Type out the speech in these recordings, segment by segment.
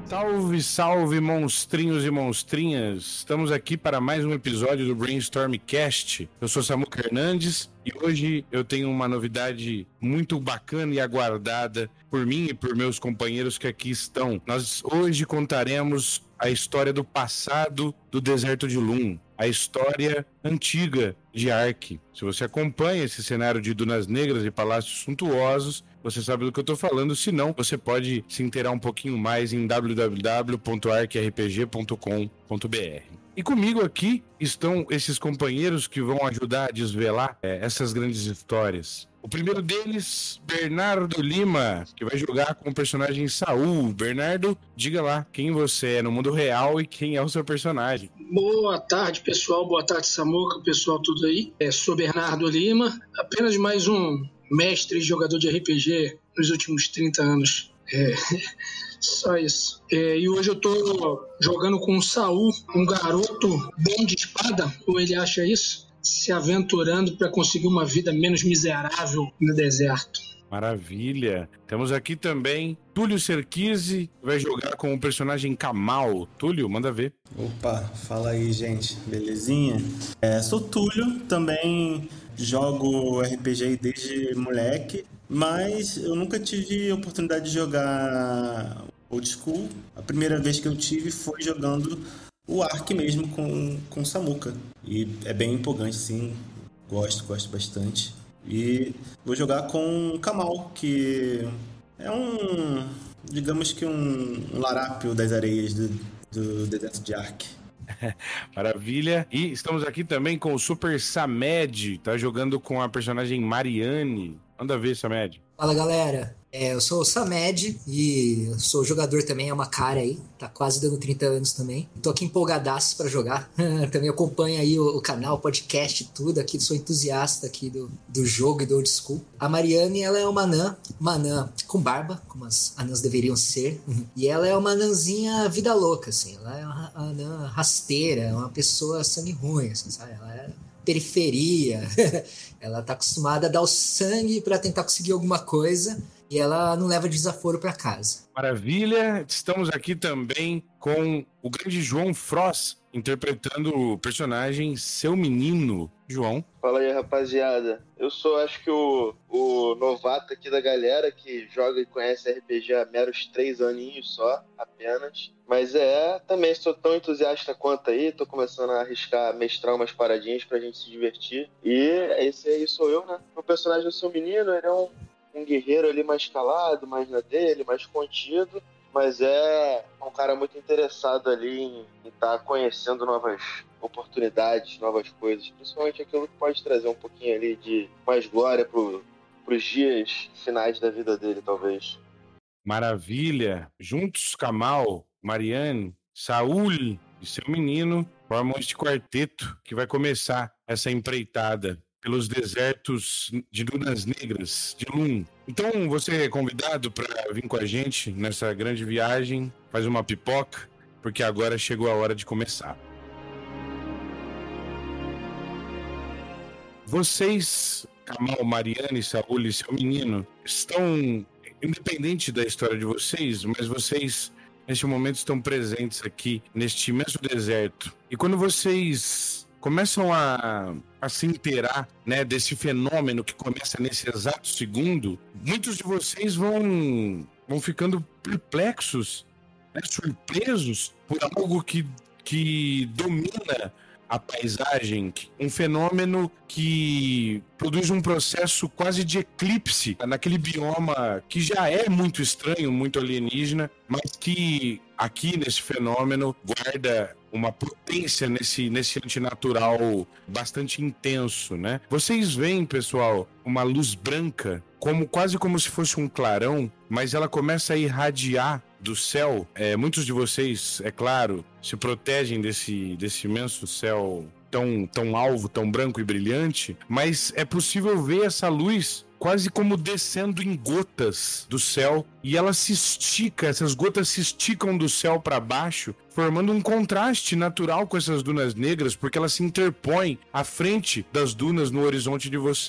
Salve, salve, monstrinhos e monstrinhas! Estamos aqui para mais um episódio do Brainstormcast. Eu sou Samuca Hernandes e hoje eu tenho uma novidade muito bacana e aguardada por mim e por meus companheiros que aqui estão. Nós hoje contaremos a história do passado do deserto de Lum, a história antiga de Ark. Se você acompanha esse cenário de dunas negras e palácios suntuosos, você sabe do que eu estou falando. Se não, você pode se inteirar um pouquinho mais em www.arkrpg.com.br. E comigo aqui estão esses companheiros que vão ajudar a desvelar essas grandes histórias. O primeiro deles, Bernardo Lima, que vai jogar com o personagem Saul. Bernardo, diga lá quem você é no mundo real e quem é o seu personagem. Boa tarde, pessoal. Boa tarde, Samuca, pessoal, tudo aí. Sou Bernardo Lima, apenas mais um mestre e jogador de RPG nos últimos 30 anos. Só isso. E hoje eu tô jogando com o Saul, um garoto bom de espada, ou ele acha isso? Se aventurando para conseguir uma vida menos miserável no deserto. Maravilha. Temos aqui também Túlio Serquise, vai jogar com o personagem Kamal. Túlio, manda ver. Opa, fala aí, gente. Belezinha? Sou Túlio, também jogo RPG desde moleque, mas eu nunca tive oportunidade de jogar Old School. A primeira vez que eu tive foi jogando o Ark mesmo com o Samuca. E é bem empolgante, sim. Gosto bastante. E vou jogar com o Kamal, que é digamos que um larápio das areias do deserto de Ark. Maravilha. E estamos aqui também com o Super Samed, tá jogando com a personagem Mariane. Manda ver, Samed. Fala, galera. Eu sou o Samed e sou jogador também, é uma cara aí, tá quase dando 30 anos também. Tô aqui empolgadaço pra jogar. Também acompanho aí o canal, o podcast, tudo aqui, sou entusiasta aqui do jogo e do Old School. A Mariane, ela é uma anã com barba, como as anãs deveriam ser. E ela é uma anãzinha vida louca, assim. Ela é uma anã rasteira, é uma pessoa sangue ruim, assim, sabe? Ela é periferia. Ela tá acostumada a dar o sangue pra tentar conseguir alguma coisa. E ela não leva desaforo para casa. Maravilha. Estamos aqui também com o grande João Frost, interpretando o personagem Seu Menino. João. Fala aí, rapaziada. Eu sou, acho que o novato aqui da galera que joga e conhece RPG há meros 3 aninhos só, apenas. Mas também sou tão entusiasta quanto aí, tô começando a arriscar, mestrar umas paradinhas pra gente se divertir. E esse aí sou eu, né? O personagem do Seu Menino, ele é um guerreiro ali mais calado, mais na dele, mais contido, mas é um cara muito interessado ali em estar conhecendo novas oportunidades, novas coisas, principalmente aquilo que pode trazer um pouquinho ali de mais glória pros dias finais da vida dele, talvez. Maravilha! Juntos, Kamal, Mariane, Saul e Seu Menino formam este quarteto que vai começar essa empreitada pelos desertos de dunas negras de Lum. Então você é convidado para vir com a gente nessa grande viagem, faz uma pipoca, porque agora chegou a hora de começar. Vocês, Kamal, Mariane, Saul e Seu Menino, estão, independente da história de vocês, mas vocês neste momento estão presentes aqui neste imenso deserto. E quando vocês começam a se inteirar, né, desse fenômeno que começa nesse exato segundo, muitos de vocês vão ficando perplexos, né, surpresos por algo que domina a paisagem, um fenômeno que produz um processo quase de eclipse naquele bioma que já é muito estranho, muito alienígena, mas que aqui nesse fenômeno guarda uma potência nesse antinatural bastante intenso, né? Vocês veem, pessoal, uma luz branca, quase como se fosse um clarão, mas ela começa a irradiar do céu. Muitos de vocês, é claro, se protegem desse imenso céu tão alvo, tão branco e brilhante, mas é possível ver essa luz quase como descendo em gotas do céu, e ela se estica, essas gotas se esticam do céu para baixo, formando um contraste natural com essas dunas negras, porque elas se interpõem à frente das dunas no horizonte de vocês.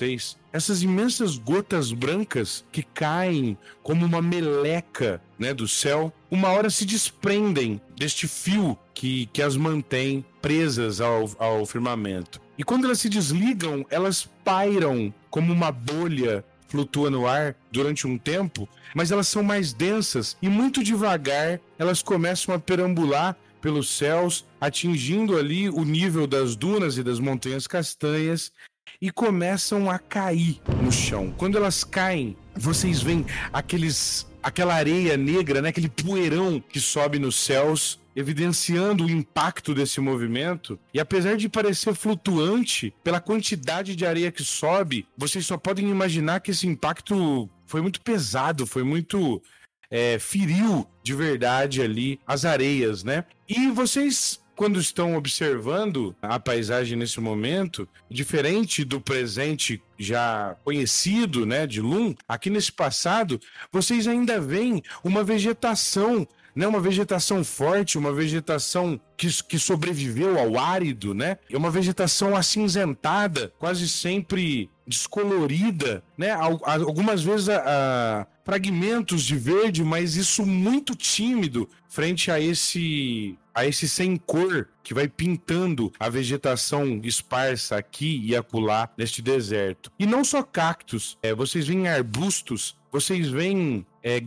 essas imensas gotas brancas que caem como uma meleca, né, do céu, uma hora se desprendem deste fio que as mantém presas ao firmamento. E quando elas se desligam, elas pairam como uma bolha, flutua no ar durante um tempo, mas elas são mais densas e muito devagar elas começam a perambular pelos céus, atingindo ali o nível das dunas e das montanhas castanhas e começam a cair no chão. Quando elas caem, vocês veem aquela areia negra, né, aquele poeirão que sobe nos céus, evidenciando o impacto desse movimento. E apesar de parecer flutuante, pela quantidade de areia que sobe, vocês só podem imaginar que esse impacto foi muito pesado, foi muito... feriu de verdade ali as areias, né? E vocês, quando estão observando a paisagem nesse momento, diferente do presente já conhecido, né, de Lum, aqui nesse passado, vocês ainda veem uma vegetação, né, uma vegetação forte, uma vegetação que sobreviveu ao árido, né? É uma vegetação acinzentada, quase sempre descolorida, né? Algumas vezes fragmentos de verde, mas isso muito tímido frente a esse sem cor que vai pintando a vegetação esparsa aqui e acolá neste deserto. E não só cactos, vocês veem arbustos, vocês veem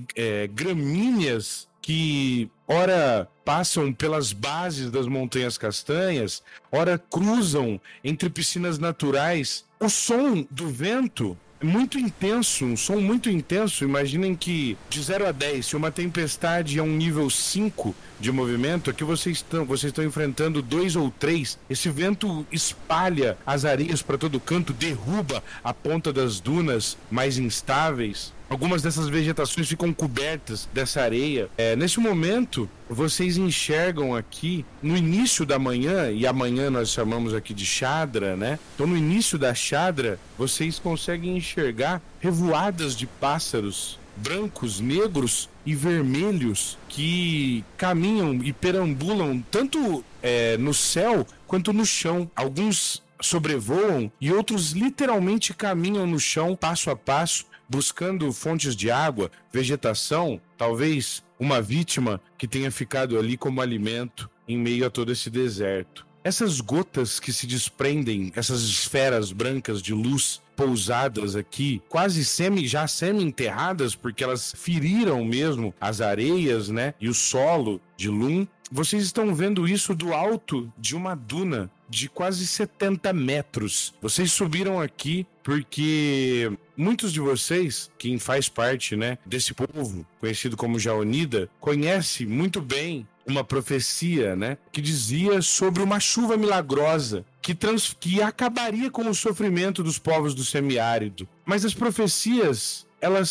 gramíneas que ora passam pelas bases das montanhas castanhas, ora cruzam entre piscinas naturais. O som do vento é muito intenso, um som muito intenso. Imaginem que de 0 a 10, se uma tempestade é um nível 5 de movimento, aqui vocês estão enfrentando 2 ou 3. Esse vento espalha as areias para todo canto, derruba a ponta das dunas mais instáveis. Algumas dessas vegetações ficam cobertas dessa areia. Nesse momento, vocês enxergam aqui, no início da manhã, e amanhã nós chamamos aqui de Chadra, né? Então, no início da Chadra, vocês conseguem enxergar revoadas de pássaros brancos, negros e vermelhos que caminham e perambulam tanto no céu quanto no chão. Alguns sobrevoam e outros literalmente caminham no chão, passo a passo, buscando fontes de água, vegetação, talvez uma vítima que tenha ficado ali como alimento em meio a todo esse deserto. Essas gotas que se desprendem, essas esferas brancas de luz pousadas aqui, quase semi-enterradas, porque elas feriram mesmo as areias, né, e o solo de Lum. Vocês estão vendo isso do alto de uma duna de quase 70 metros. Vocês subiram aqui porque muitos de vocês, quem faz parte, né, desse povo conhecido como Jaonida, conhece muito bem uma profecia, né, que dizia sobre uma chuva milagrosa que acabaria com o sofrimento dos povos do semiárido. Mas as profecias, elas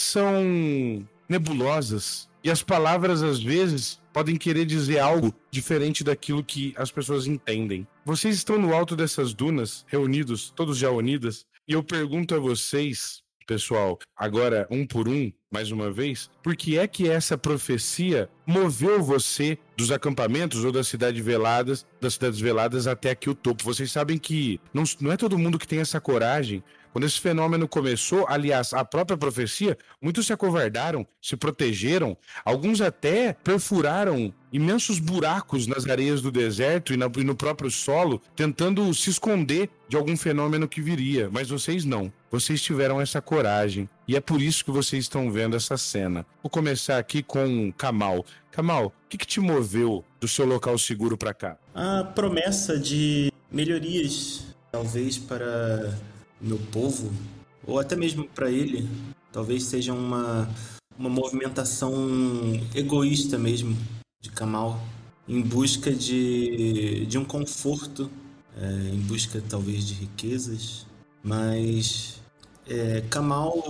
são nebulosas e as palavras, às vezes, podem querer dizer algo diferente daquilo que as pessoas entendem. Vocês estão no alto dessas dunas, reunidos, todos Jaonidas, e eu pergunto a vocês, pessoal, agora um por um, mais uma vez, por que é que essa profecia moveu você dos acampamentos ou das cidades veladas até aqui o topo? Vocês sabem que não é todo mundo que tem essa coragem. Quando esse fenômeno começou, aliás, a própria profecia, muitos se acovardaram, se protegeram, alguns até perfuraram imensos buracos nas areias do deserto e no próprio solo, tentando se esconder de algum fenômeno que viria. Mas vocês não. Vocês tiveram essa coragem. E é por isso que vocês estão vendo essa cena. Vou começar aqui com Kamal. Kamal, o que te moveu do seu local seguro para cá? A promessa de melhorias, talvez para meu povo, ou até mesmo para ele, talvez seja uma movimentação egoísta mesmo de Kamal, em busca de um conforto, em busca talvez de riquezas, mas Kamal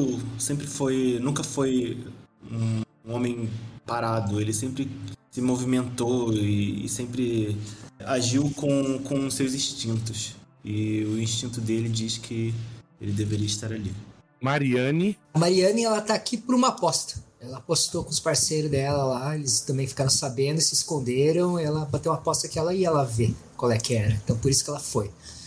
nunca foi um homem parado, ele sempre se movimentou e sempre agiu com seus instintos. E o instinto dele diz que ele deveria estar ali. Mariane. A Mariane, ela tá aqui por uma aposta. Ela apostou com os parceiros dela lá, eles também ficaram sabendo, se esconderam. Ela bateu uma aposta que ela ia lá ver qual é que era. Então por isso que ela foi. Então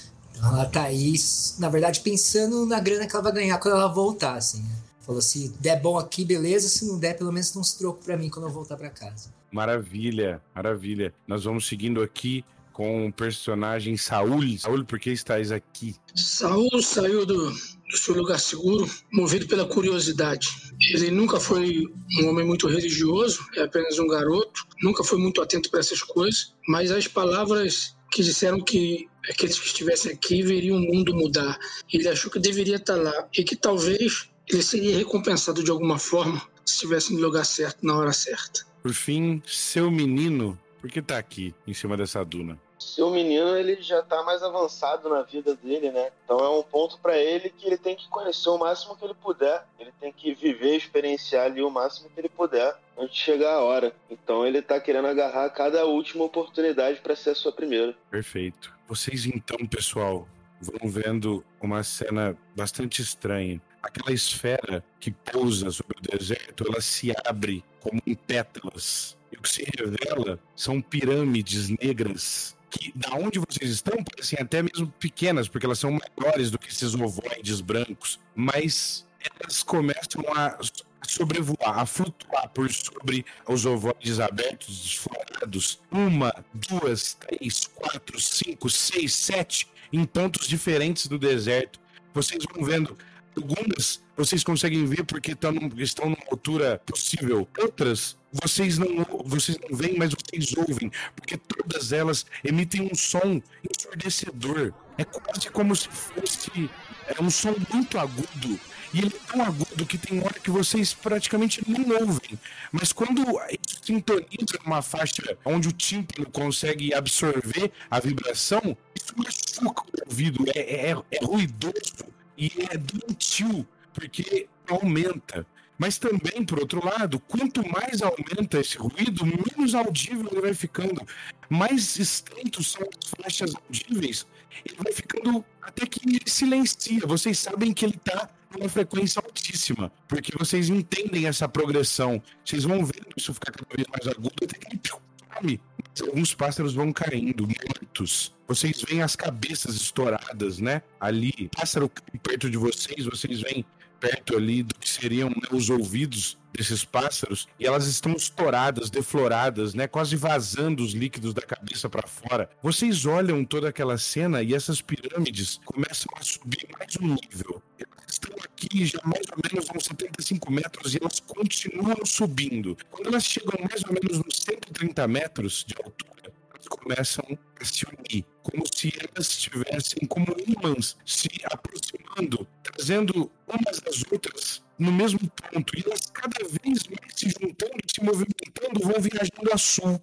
Ela tá aí, na verdade, pensando na grana que ela vai ganhar quando ela voltar, assim, né? Falou, se der bom aqui, beleza. Se não der, pelo menos tem uns trocos pra mim quando eu voltar pra casa. Maravilha, maravilha. Nós vamos seguindo aqui com o personagem Saul. Saul, por que estás aqui? Saul saiu do seu lugar seguro, movido pela curiosidade. Ele nunca foi um homem muito religioso, é apenas um garoto, nunca foi muito atento para essas coisas, mas as palavras que disseram que aqueles que estivessem aqui veriam o mundo mudar. Ele achou que deveria estar lá e que talvez ele seria recompensado de alguma forma se estivesse no lugar certo, na hora certa. Por fim, seu menino, por que tá aqui, em cima dessa duna? Seu menino, ele já tá mais avançado na vida dele, né? Então é um ponto pra ele que ele tem que conhecer o máximo que ele puder. Ele tem que viver, experienciar ali o máximo que ele puder antes de chegar a hora. Então ele tá querendo agarrar cada última oportunidade pra ser a sua primeira. Perfeito. Vocês então, pessoal, vão vendo uma cena bastante estranha. Aquela esfera que pousa sobre o deserto, ela se abre como em pétalas. E o que se revela são pirâmides negras que, da onde vocês estão, parecem até mesmo pequenas, porque elas são maiores do que esses ovoides brancos. Mas elas começam a sobrevoar, a flutuar por sobre os ovoides abertos, desflorados. 1, 2, 3, 4, 5, 6, 7, em pontos diferentes do deserto. Vocês vão vendo. Algumas vocês conseguem ver porque estão numa altura possível. Outras vocês não veem, mas vocês ouvem, porque todas elas emitem um som ensurdecedor. É quase como se fosse um som muito agudo. E ele é tão agudo que tem hora que vocês praticamente não ouvem. Mas quando isso sintoniza numa faixa onde o tímpano consegue absorver a vibração, isso machuca o ouvido, é ruidoso. E é doentio, porque aumenta. Mas também, por outro lado, quanto mais aumenta esse ruído, menos audível ele vai ficando. Mais estreitos são as faixas audíveis, ele vai ficando até que ele silencia. Vocês sabem que ele está numa frequência altíssima, porque vocês entendem essa progressão. Vocês vão vendo isso ficar cada vez mais agudo até que ele some. Alguns pássaros vão caindo, mortos. Vocês veem as cabeças estouradas, né? Ali, pássaro perto de vocês veem perto ali do que seriam, né, os ouvidos desses pássaros, e elas estão estouradas, defloradas, né? Quase vazando os líquidos da cabeça para fora. Vocês olham toda aquela cena e essas pirâmides começam a subir mais um nível. Elas estão aqui já mais ou menos uns 75 metros e elas continuam subindo. Quando elas chegam mais ou menos uns 130 metros de altura, elas começam a se unir, como se elas estivessem como ímãs se aproximando, trazendo umas às outras no mesmo ponto. E elas cada vez mais se juntando, se movimentando, vão viajando a sul,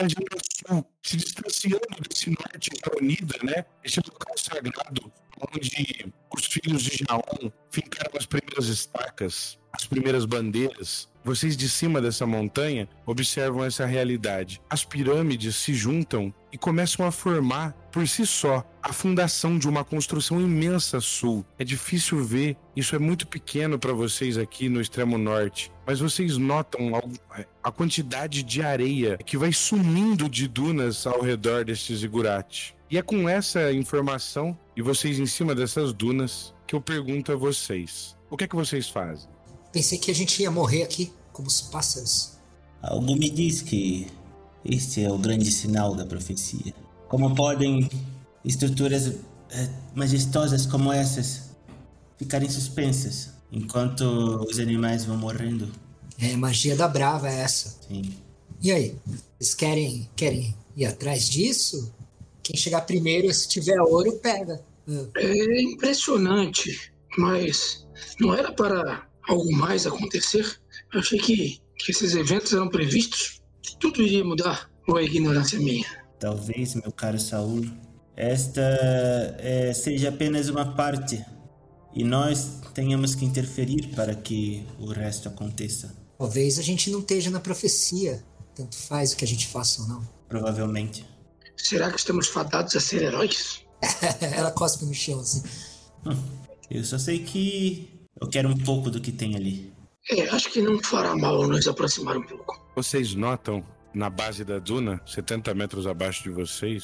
se distanciando desse norte da Unida, né? Esse local sagrado onde os filhos de Jaon fincaram as primeiras estacas, as primeiras bandeiras. Vocês de cima dessa montanha observam essa realidade. As pirâmides se juntam e começam a formar por si só a fundação de uma construção imensa a sul. É difícil ver, isso é muito pequeno para vocês aqui no extremo norte, mas vocês notam a quantidade de areia que vai sumindo de dunas ao redor deste zigurate. E é com essa informação e vocês em cima dessas dunas que eu pergunto a vocês: o que é que vocês fazem? Pensei que a gente ia morrer aqui, como os pássaros. Algo me diz que este é o grande sinal da profecia. Como podem estruturas majestosas como essas ficarem suspensas enquanto os animais vão morrendo? É magia da brava essa. Sim. E aí? Vocês querem ir atrás disso? Quem chegar primeiro, se tiver ouro, pega. É impressionante, mas não era para algo mais acontecer? Eu achei que esses eventos eram previstos, que tudo iria mudar, ou é ignorância minha? Talvez, meu caro Saul, esta seja apenas uma parte e nós tenhamos que interferir para que o resto aconteça. Talvez a gente não esteja na profecia, tanto faz o que a gente faça ou não. Provavelmente. Será que estamos fadados a ser heróis? Ela cospe no chão assim. Eu só sei que eu quero um pouco do que tem ali. Acho que não fará mal nos aproximar um pouco. Vocês notam, na base da duna, 70 metros abaixo de vocês,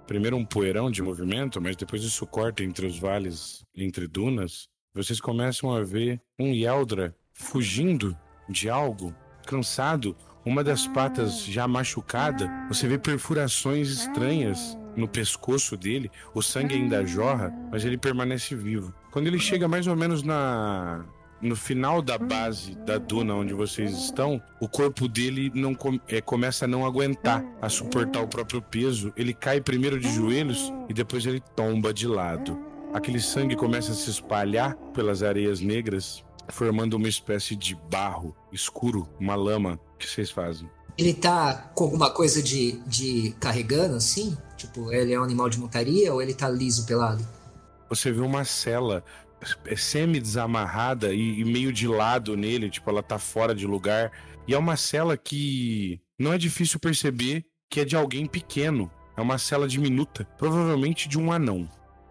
primeiro um poeirão de movimento, mas depois isso corta entre os vales, entre dunas. Vocês começam a ver um Yeldra fugindo de algo, cansado, uma das patas já machucada. Você vê perfurações estranhas no pescoço dele, o sangue ainda jorra, mas ele permanece vivo. Quando ele chega mais ou menos no final da base da duna onde vocês estão, o corpo dele começa a não aguentar, a suportar o próprio peso. Ele cai primeiro de joelhos e depois ele tomba de lado. Aquele sangue começa a se espalhar pelas areias negras, formando uma espécie de barro escuro, uma lama. O que vocês fazem? Ele tá com alguma coisa de carregando, assim? Tipo, ele é um animal de montaria ou ele tá liso, pelado? Você vê uma sela semi-desamarrada e meio de lado nele, tipo, ela tá fora de lugar. E é uma sela que não é difícil perceber que é de alguém pequeno. É uma sela diminuta, provavelmente de um anão.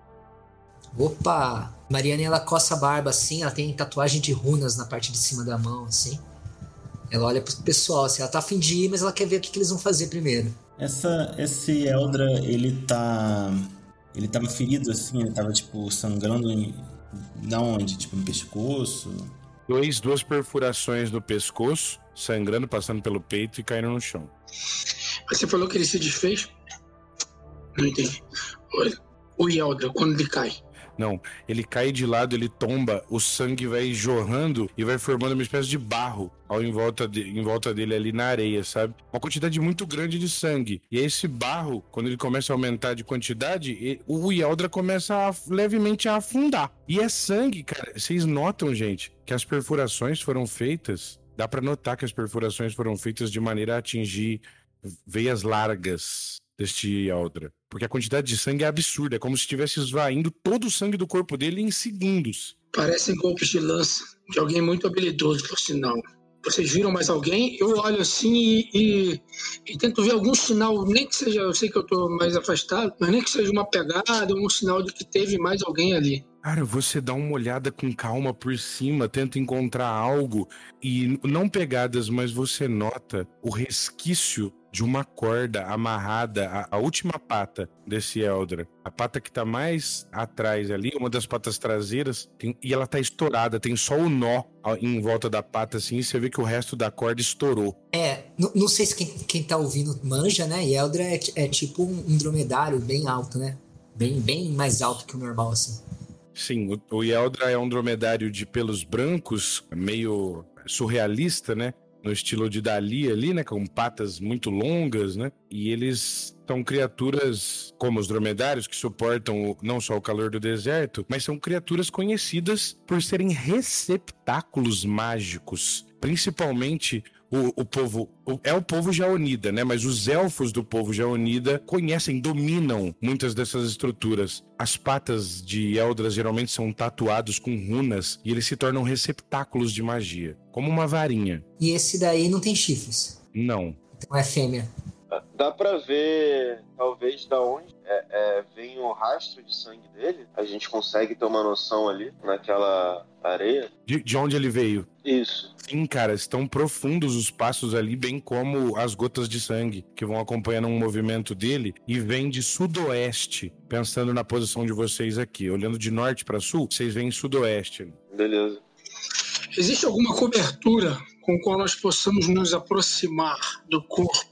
Opa! Mariana, ela coça a barba assim, ela tem tatuagem de runas na parte de cima da mão, assim. Ela olha pro pessoal, assim, ela tá a fim de ir, mas ela quer ver o que eles vão fazer primeiro. Esse Yeldra, ele tava ferido, assim, ele tava, tipo, sangrando da onde? Tipo, no pescoço? Duas perfurações no pescoço, sangrando, passando pelo peito e caindo no chão. Você falou que ele se desfez? Não entendi. O Yeldra, quando ele cai? Não, ele cai de lado, ele tomba, o sangue vai jorrando e vai formando uma espécie de barro em volta dele ali na areia, sabe? Uma quantidade muito grande de sangue. E esse barro, quando ele começa a aumentar de quantidade, o Yeldra começa levemente a afundar. E é sangue, cara. Vocês notam, gente, que as perfurações foram feitas... Dá pra notar que as perfurações foram feitas de maneira a atingir veias largas deste Yeldra. Porque a quantidade de sangue é absurda. É como se estivesse esvaindo todo o sangue do corpo dele em segundos. Parecem golpes de lança de alguém muito habilidoso, por sinal. Vocês viram mais alguém? Eu olho assim e tento ver algum sinal, nem que seja, eu sei que eu tô mais afastado, mas nem que seja uma pegada, um sinal de que teve mais alguém ali. Cara, você dá uma olhada com calma por cima, tenta encontrar algo e não pegadas, mas você nota o resquício de uma corda amarrada à última pata desse Yeldra. A pata que tá mais atrás ali, uma das patas traseiras, e ela tá estourada, tem só o nó em volta da pata assim, e você vê que o resto da corda estourou. Não sei se quem tá ouvindo manja, né? Yeldra é tipo um dromedário bem alto, né? Bem mais alto que o normal, assim. Sim, o Yeldra é um dromedário de pelos brancos, meio surrealista, né? No estilo de Dali ali, né? Com patas muito longas, né? E eles são criaturas como os dromedários que suportam não só o calor do deserto, mas são criaturas conhecidas por serem receptáculos mágicos. Principalmente o povo... É o povo Jaonida, né? Mas os elfos do povo Jaonida conhecem, dominam muitas dessas estruturas. As patas de Yeldras geralmente são tatuados com runas e eles se tornam receptáculos de magia, como uma varinha. E esse daí não tem chifres? Não. Então é fêmea. Dá pra ver, talvez, da onde vem o rastro de sangue dele? A gente consegue ter uma noção ali, naquela areia? De onde ele veio? Isso. Sim, cara, estão profundos os passos ali, bem como as gotas de sangue, que vão acompanhando um movimento dele e vem de sudoeste, pensando na posição de vocês aqui. Olhando de norte para sul, vocês veem sudoeste. Beleza. Existe alguma cobertura com a qual nós possamos nos aproximar do corpo,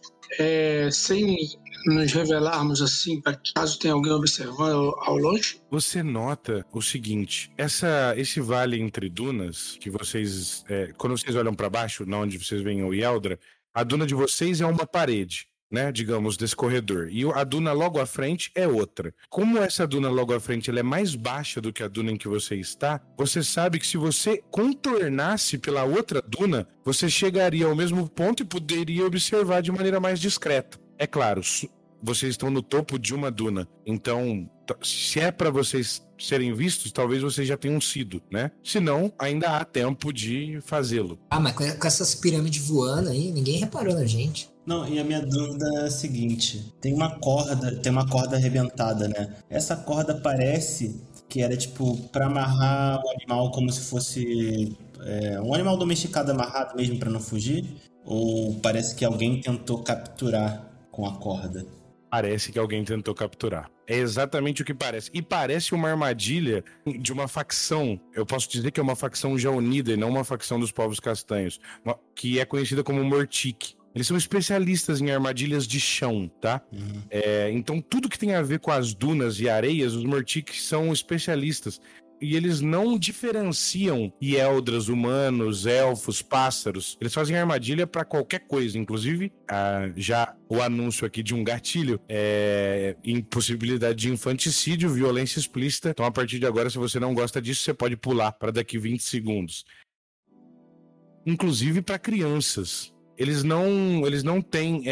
sem nos revelarmos assim, para caso tenha alguém observando ao longe? Você nota o seguinte, esse vale entre dunas, que vocês, quando vocês olham para baixo, na onde vocês veem o Yeldra, a duna de vocês é uma parede, né, digamos, desse corredor, e a duna logo à frente é outra. Como essa duna logo à frente ela é mais baixa do que a duna em que você está, você sabe que se você contornasse pela outra duna, você chegaria ao mesmo ponto e poderia observar de maneira mais discreta. É claro, vocês estão no topo de uma duna, então se é para vocês serem vistos, talvez vocês já tenham sido, né? Se não, ainda há tempo de fazê-lo. Mas com essas pirâmides voando aí, ninguém reparou na gente. Não, e a minha dúvida é a seguinte, tem uma corda arrebentada, né? Essa corda parece que era tipo para amarrar o animal como se fosse um animal domesticado amarrado mesmo para não fugir? Ou parece que alguém tentou capturar com a corda? Parece que alguém tentou capturar. É exatamente o que parece. E parece uma armadilha de uma facção. Eu posso dizer que é uma facção já unida e não uma facção dos povos castanhos, que é conhecida como Mortic. Eles são especialistas em armadilhas de chão, tá? Então tudo que tem a ver com as dunas e areias, os Mortic são especialistas. E eles não diferenciam Ieldras, humanos, elfos, pássaros. Eles fazem armadilha pra qualquer coisa. Inclusive, já o anúncio aqui de um gatilho é impossibilidade de infanticídio, violência explícita. Então, a partir de agora, se você não gosta disso, você pode pular para daqui 20 segundos. Inclusive para crianças. Eles não têm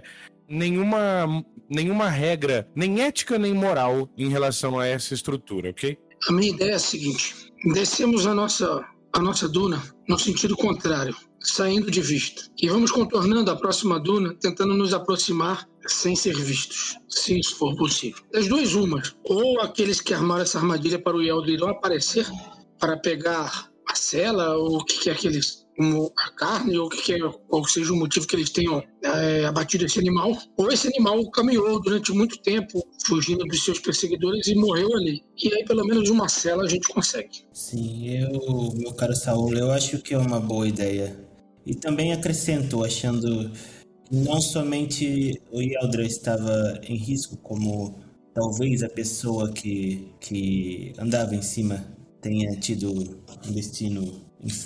nenhuma regra, nem ética nem moral, em relação a essa estrutura, ok? A minha ideia é a seguinte: descemos a nossa duna no sentido contrário, saindo de vista. E vamos contornando a próxima duna, tentando nos aproximar sem ser vistos, se isso for possível. Das duas, umas. Ou aqueles que armaram essa armadilha para o Eldra irão aparecer para pegar a cela, ou o que é que eles... a carne, ou qual seja o motivo que eles tenham abatido esse animal, ou esse animal caminhou durante muito tempo fugindo dos seus perseguidores e morreu ali. E aí pelo menos uma cela a gente consegue. Sim, meu caro Saul, eu acho que é uma boa ideia. E também acrescento, achando que não somente o Ieldra estava em risco, como talvez a pessoa que andava em cima tenha tido um destino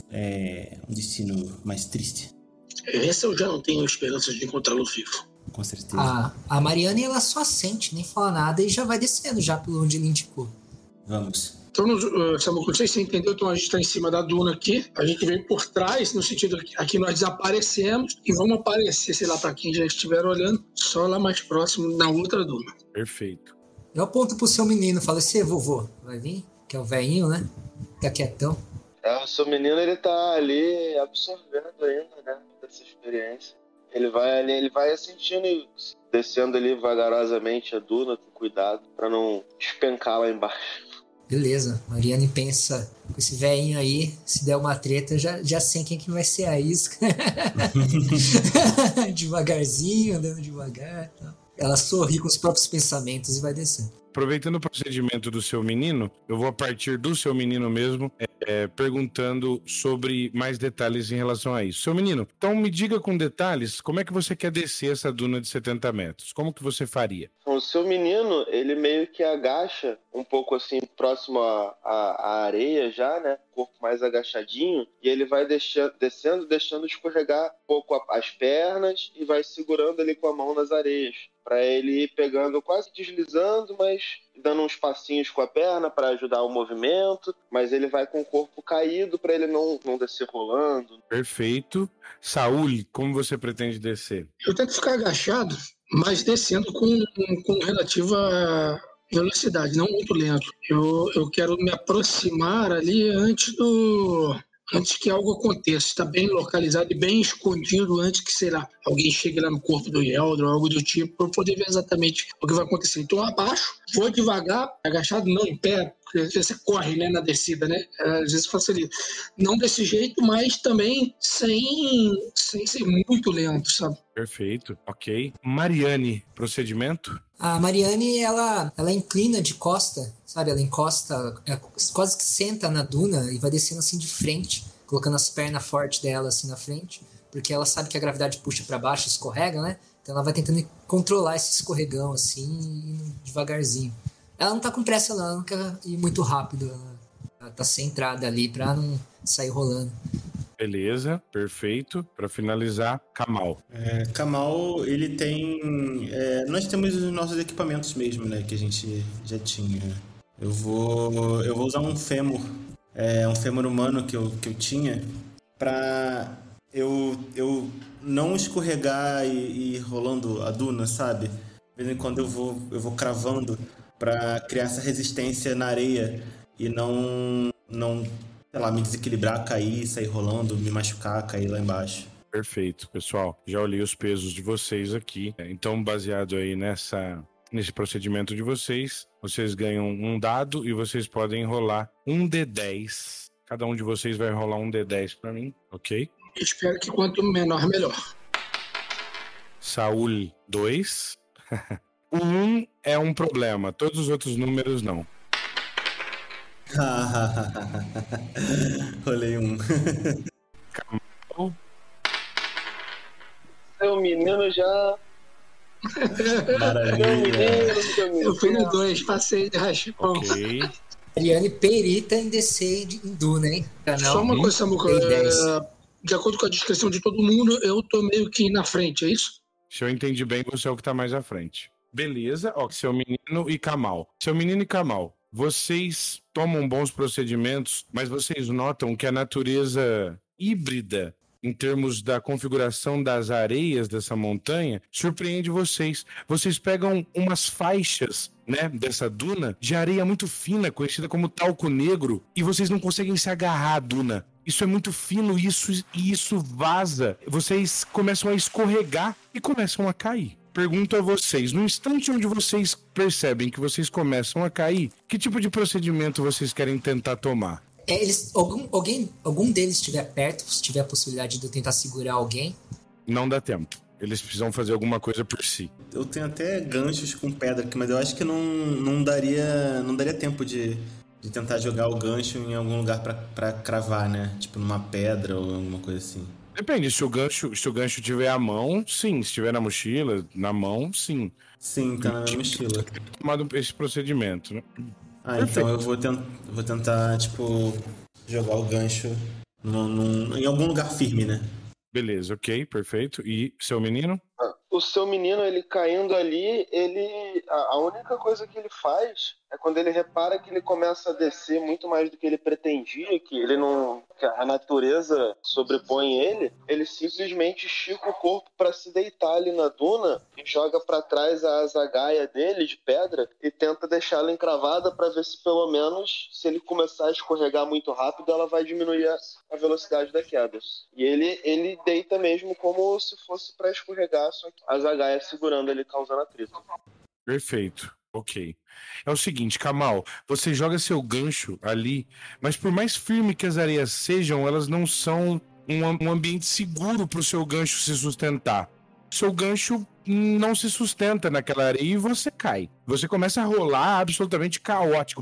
mais triste. Esse eu já não tenho esperanças de encontrá-lo vivo. Com certeza. A Mariana, ela só assente, nem fala nada e já vai descendo já pelo onde ele indicou. Vamos. Então, Samuel, não sei se você entendeu, então a gente está em cima da duna aqui, a gente veio por trás, no sentido que aqui nós desaparecemos e vamos aparecer, sei lá, para quem já estiver olhando, só lá mais próximo, na outra duna. Perfeito. Eu aponto pro seu menino, falo assim: vovô, vai vir? Que é o velhinho, né? Tá quietão. O seu menino, ele tá ali absorvendo ainda, né, dessa experiência. Ele vai sentindo e descendo ali vagarosamente a duna, com cuidado, pra não despencar lá embaixo. Beleza, Mariane pensa, com esse velhinho aí, se der uma treta, já sei quem que vai ser a isca. Devagarzinho, andando devagar. Tal. Ela sorri com os próprios pensamentos e vai descendo. Aproveitando o procedimento do seu menino, eu vou a partir do seu menino mesmo, perguntando sobre mais detalhes em relação a isso. Seu menino, então me diga com detalhes como é que você quer descer essa duna de 70 metros. Como que você faria? O seu menino, ele meio que agacha um pouco assim, próximo à areia já, né? O corpo mais agachadinho. E ele vai descendo, deixando escorregar um pouco as pernas e vai segurando ali com a mão nas areias. Para ele ir pegando, quase deslizando, mas dando uns passinhos com a perna para ajudar o movimento. Mas ele vai com o corpo caído para ele não descer rolando. Perfeito. Saul, como você pretende descer? Eu tento ficar agachado, mas descendo com relativa velocidade, não muito lento. Eu quero me aproximar ali antes que algo aconteça. Está bem localizado e bem escondido antes que, sei lá, alguém chegue lá no corpo do Ieldra ou algo do tipo, para eu poder ver exatamente o que vai acontecer. Então, abaixo, vou devagar, agachado, não em pé, porque às vezes você corre, né, na descida, né? Às vezes facilita. Não desse jeito, mas também sem ser muito lento, sabe? Perfeito, ok. Mariane, procedimento? A Mariane, ela inclina de costa, sabe? Ela encosta, quase que senta na duna e vai descendo assim de frente, colocando as pernas fortes dela assim na frente, porque ela sabe que a gravidade puxa para baixo, escorrega, né? Então ela vai tentando controlar esse escorregão assim, devagarzinho. Ela não tá com pressa não, ela não quer ir muito rápido, ela tá centrada ali pra não sair rolando. Beleza, perfeito. Para finalizar, Kamal. Kamal, ele tem... nós temos os nossos equipamentos mesmo, né? Que a gente já tinha. Eu vou usar um fêmur. Um fêmur humano que eu tinha pra eu não escorregar e ir rolando a duna, sabe? De vez em quando eu vou cravando pra criar essa resistência na areia e não sei lá, me desequilibrar, cair, sair rolando, me machucar, cair lá embaixo. Perfeito, pessoal. Já olhei os pesos de vocês aqui. Então, baseado aí nesse procedimento de vocês ganham um dado e vocês podem rolar um D10. Cada um de vocês vai rolar um D10 pra mim, ok? Espero que quanto menor, melhor. Saul, 2. O 1 é um problema, todos os outros números não. Rolei um. Kamal, Seu menino já. Seu Maravilha. menino. Eu fui no 2, passei de raspão. ok. Ariane perita em DC em Duna, hein? Canal. Só uma coisa, Samuca. Tem 10. De acordo com a descrição de todo mundo, eu tô meio que na frente, é isso? Se eu entendi bem, você é o que tá mais à frente. Beleza, ó, seu menino e Kamal. Seu menino e Kamal, vocês tomam bons procedimentos, mas vocês notam que a natureza híbrida, em termos da configuração das areias dessa montanha, surpreende vocês. Vocês pegam umas faixas, né, dessa duna de areia muito fina, conhecida como talco negro, e vocês não conseguem se agarrar à duna. Isso é muito fino e isso vaza. Vocês começam a escorregar e começam a cair. Pergunto a vocês, no instante onde vocês percebem que vocês começam a cair, que tipo de procedimento vocês querem tentar tomar? Algum deles estiver perto, se tiver a possibilidade de eu tentar segurar alguém. Não dá tempo. Eles precisam fazer alguma coisa por si. Eu tenho até ganchos com pedra aqui, mas eu acho que não daria tempo de tentar jogar o gancho em algum lugar pra cravar, né? Tipo numa pedra ou alguma coisa assim. Depende, se o gancho tiver à mão, sim. Se tiver na mochila, na mão, sim. Sim, tá na minha mochila. Tomado esse procedimento, né? Então eu vou tentar, tipo, jogar o gancho em algum lugar firme, né? Beleza, ok, perfeito. E seu menino? O seu menino, ele caindo ali, a única coisa que ele faz é quando ele repara que ele começa a descer muito mais do que ele pretendia, que a natureza sobrepõe ele simplesmente estica o corpo para se deitar ali na duna e joga para trás a azagaia dele de pedra e tenta deixá-la encravada para ver se pelo menos, se ele começar a escorregar muito rápido, ela vai diminuir a velocidade da queda. E ele deita mesmo como se fosse para escorregar, só que a azagaia segurando ele, causando atrito. Perfeito, ok. É o seguinte, Kamal, você joga seu gancho ali, mas por mais firme que as areias sejam, elas não são um ambiente seguro para o seu gancho se sustentar. Seu gancho não se sustenta naquela areia e você cai. Você começa a rolar absolutamente caótico,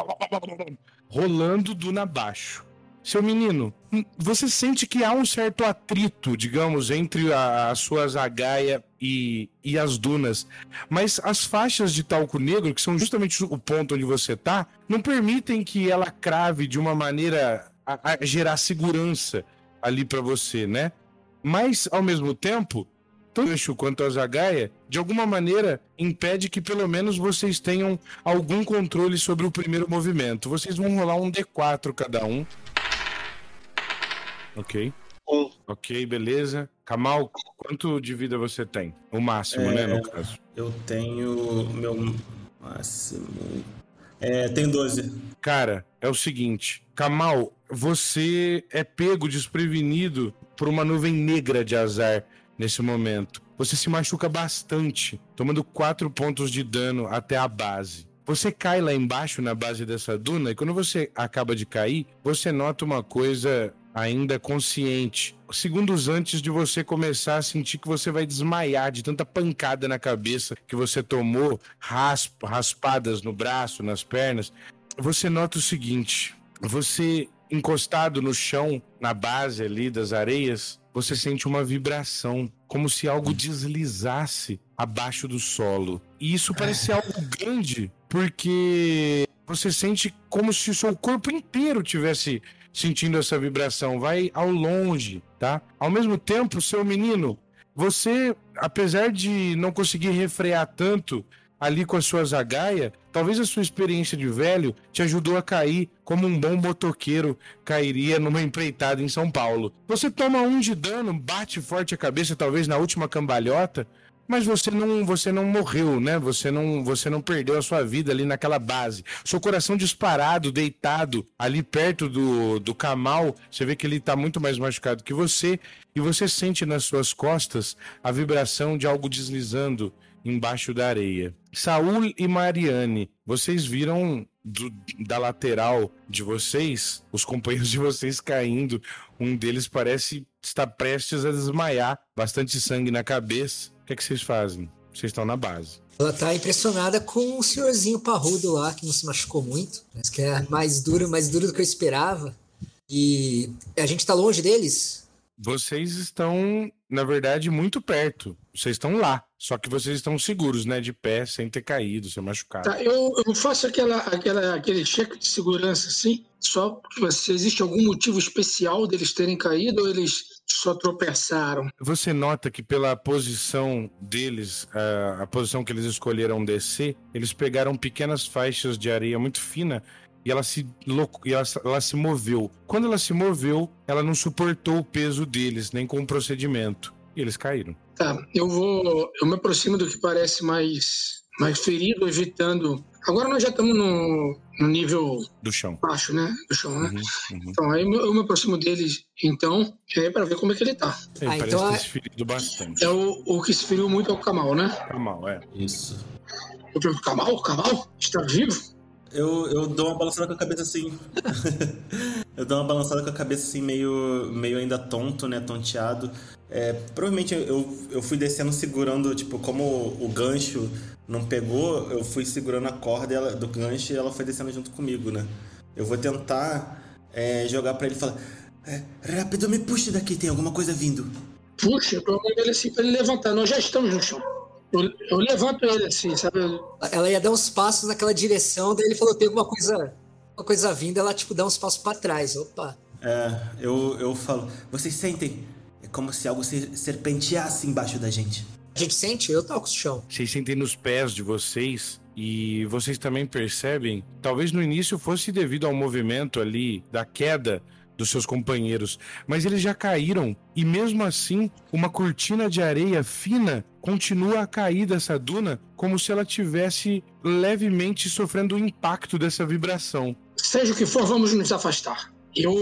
rolando duna abaixo. Seu menino, você sente que há um certo atrito, digamos, entre a sua zagaia e as dunas, mas as faixas de talco negro, que são justamente o ponto onde você tá, não permitem que ela crave de uma maneira a gerar segurança ali para você, né? Mas, ao mesmo tempo, tanto o gancho quanto a zagaia, de alguma maneira, impede que pelo menos vocês tenham algum controle sobre o primeiro movimento. Vocês vão rolar um D4 cada um. Ok. Ok, beleza. Kamal, quanto de vida você tem? O máximo, né, no caso? Eu tenho meu máximo... tenho 12. Cara, é o seguinte. Kamal, você é pego desprevenido por uma nuvem negra de azar nesse momento. Você se machuca bastante, tomando 4 pontos de dano até a base. Você cai lá embaixo na base dessa duna e quando você acaba de cair, você nota uma coisa ainda consciente. Segundos antes de você começar a sentir que você vai desmaiar de tanta pancada na cabeça que você tomou, raspadas no braço, nas pernas, você nota o seguinte: você encostado no chão, na base ali das areias, você sente uma vibração, como se algo deslizasse abaixo do solo. E isso parece ser algo grande, porque você sente como se o seu corpo inteiro tivesse sentindo essa vibração, vai ao longe, tá? Ao mesmo tempo, seu menino, você, apesar de não conseguir refrear tanto ali com a sua zagaia, talvez a sua experiência de velho te ajudou a cair como um bom motoqueiro cairia numa empreitada em São Paulo. Você toma 1 de dano, bate forte a cabeça, talvez na última cambalhota, mas você não morreu, né? Você não perdeu a sua vida ali naquela base. Seu coração disparado, deitado ali perto do Kamal, você vê que ele tá muito mais machucado que você, e você sente nas suas costas a vibração de algo deslizando embaixo da areia. Saul e Mariane, vocês viram da lateral de vocês, os companheiros de vocês caindo. Um deles parece estar prestes a desmaiar, bastante sangue na cabeça. O que é que vocês fazem? Vocês estão na base. Ela tá impressionada com o senhorzinho parrudo lá, que não se machucou muito, mas que é mais duro do que eu esperava. E a gente tá longe deles? Vocês estão, na verdade, muito perto. Vocês estão lá. Só que vocês estão seguros, né? De pé, sem ter caído, sem machucado. Tá, eu faço aquele cheque de segurança, assim, só porque se existe algum motivo especial deles terem caído ou eles só tropeçaram? Você nota que pela posição deles, a posição que eles escolheram descer, eles pegaram pequenas faixas de areia muito fina e ela se moveu. Quando ela se moveu, ela não suportou o peso deles, nem com o procedimento. E eles caíram. Tá, eu me aproximo do que parece mais ferido, evitando. Agora nós já estamos no nível Do chão. baixo, né? Do chão, né? Uhum. Então aí eu me aproximo deles, então, para ver como é que ele tá. Ele parece então ter se ferido bastante. É o que se feriu muito é o Kamal, né? Tá mal, Isso. Eu pergunto, Kamal? Está vivo? Eu dou uma balançada com a cabeça assim. Eu dou uma balançada com a cabeça assim, meio ainda tonto, né? Tonteado. Provavelmente eu fui descendo segurando, tipo, como o gancho não pegou, eu fui segurando a corda do gancho e ela foi descendo junto comigo, né? Eu vou tentar jogar pra ele e falar: rápido, me puxe daqui, tem alguma coisa vindo. Puxa, eu mando ele assim para ele levantar. Nós já estamos no chão. Eu levanto ele assim, sabe? Ela ia dar uns passos naquela direção, daí ele falou, tem alguma coisa vindo, ela tipo dá uns passos pra trás. Opa. Eu falo: vocês sentem? É como se algo serpenteasse embaixo da gente. A gente sente? Eu toco o chão. Vocês sentem nos pés de vocês e vocês também percebem, talvez no início fosse devido ao movimento ali da queda dos seus companheiros, mas eles já caíram e mesmo assim uma cortina de areia fina continua a cair dessa duna como se ela tivesse levemente sofrendo o impacto dessa vibração. Seja o que for, vamos nos afastar. Eu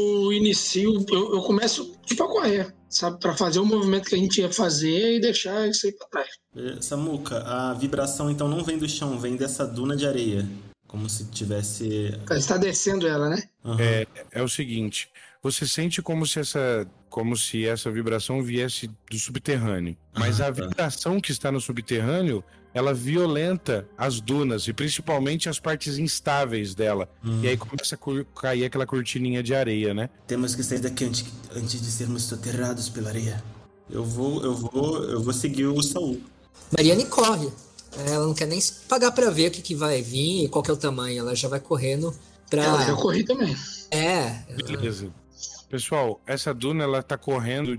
começo tipo a correr, sabe? Para fazer o movimento que a gente ia fazer e deixar isso aí para trás. Samuca, a vibração então não vem do chão, vem dessa duna de areia. Como se tivesse... Está descendo ela, né? Uhum. É o seguinte, você sente como se essa vibração viesse do subterrâneo. Mas a vibração que está no subterrâneo, ela violenta as dunas e principalmente as partes instáveis dela. E aí começa a cair aquela cortininha de areia, né? Temos que sair daqui antes de sermos soterrados pela areia. Eu vou seguir o Saul. Mariane corre. Ela não quer nem pagar pra ver o que vai vir e qual que é o tamanho. Ela já vai correndo pra... Eu corri também. Beleza. Pessoal, essa duna, ela tá correndo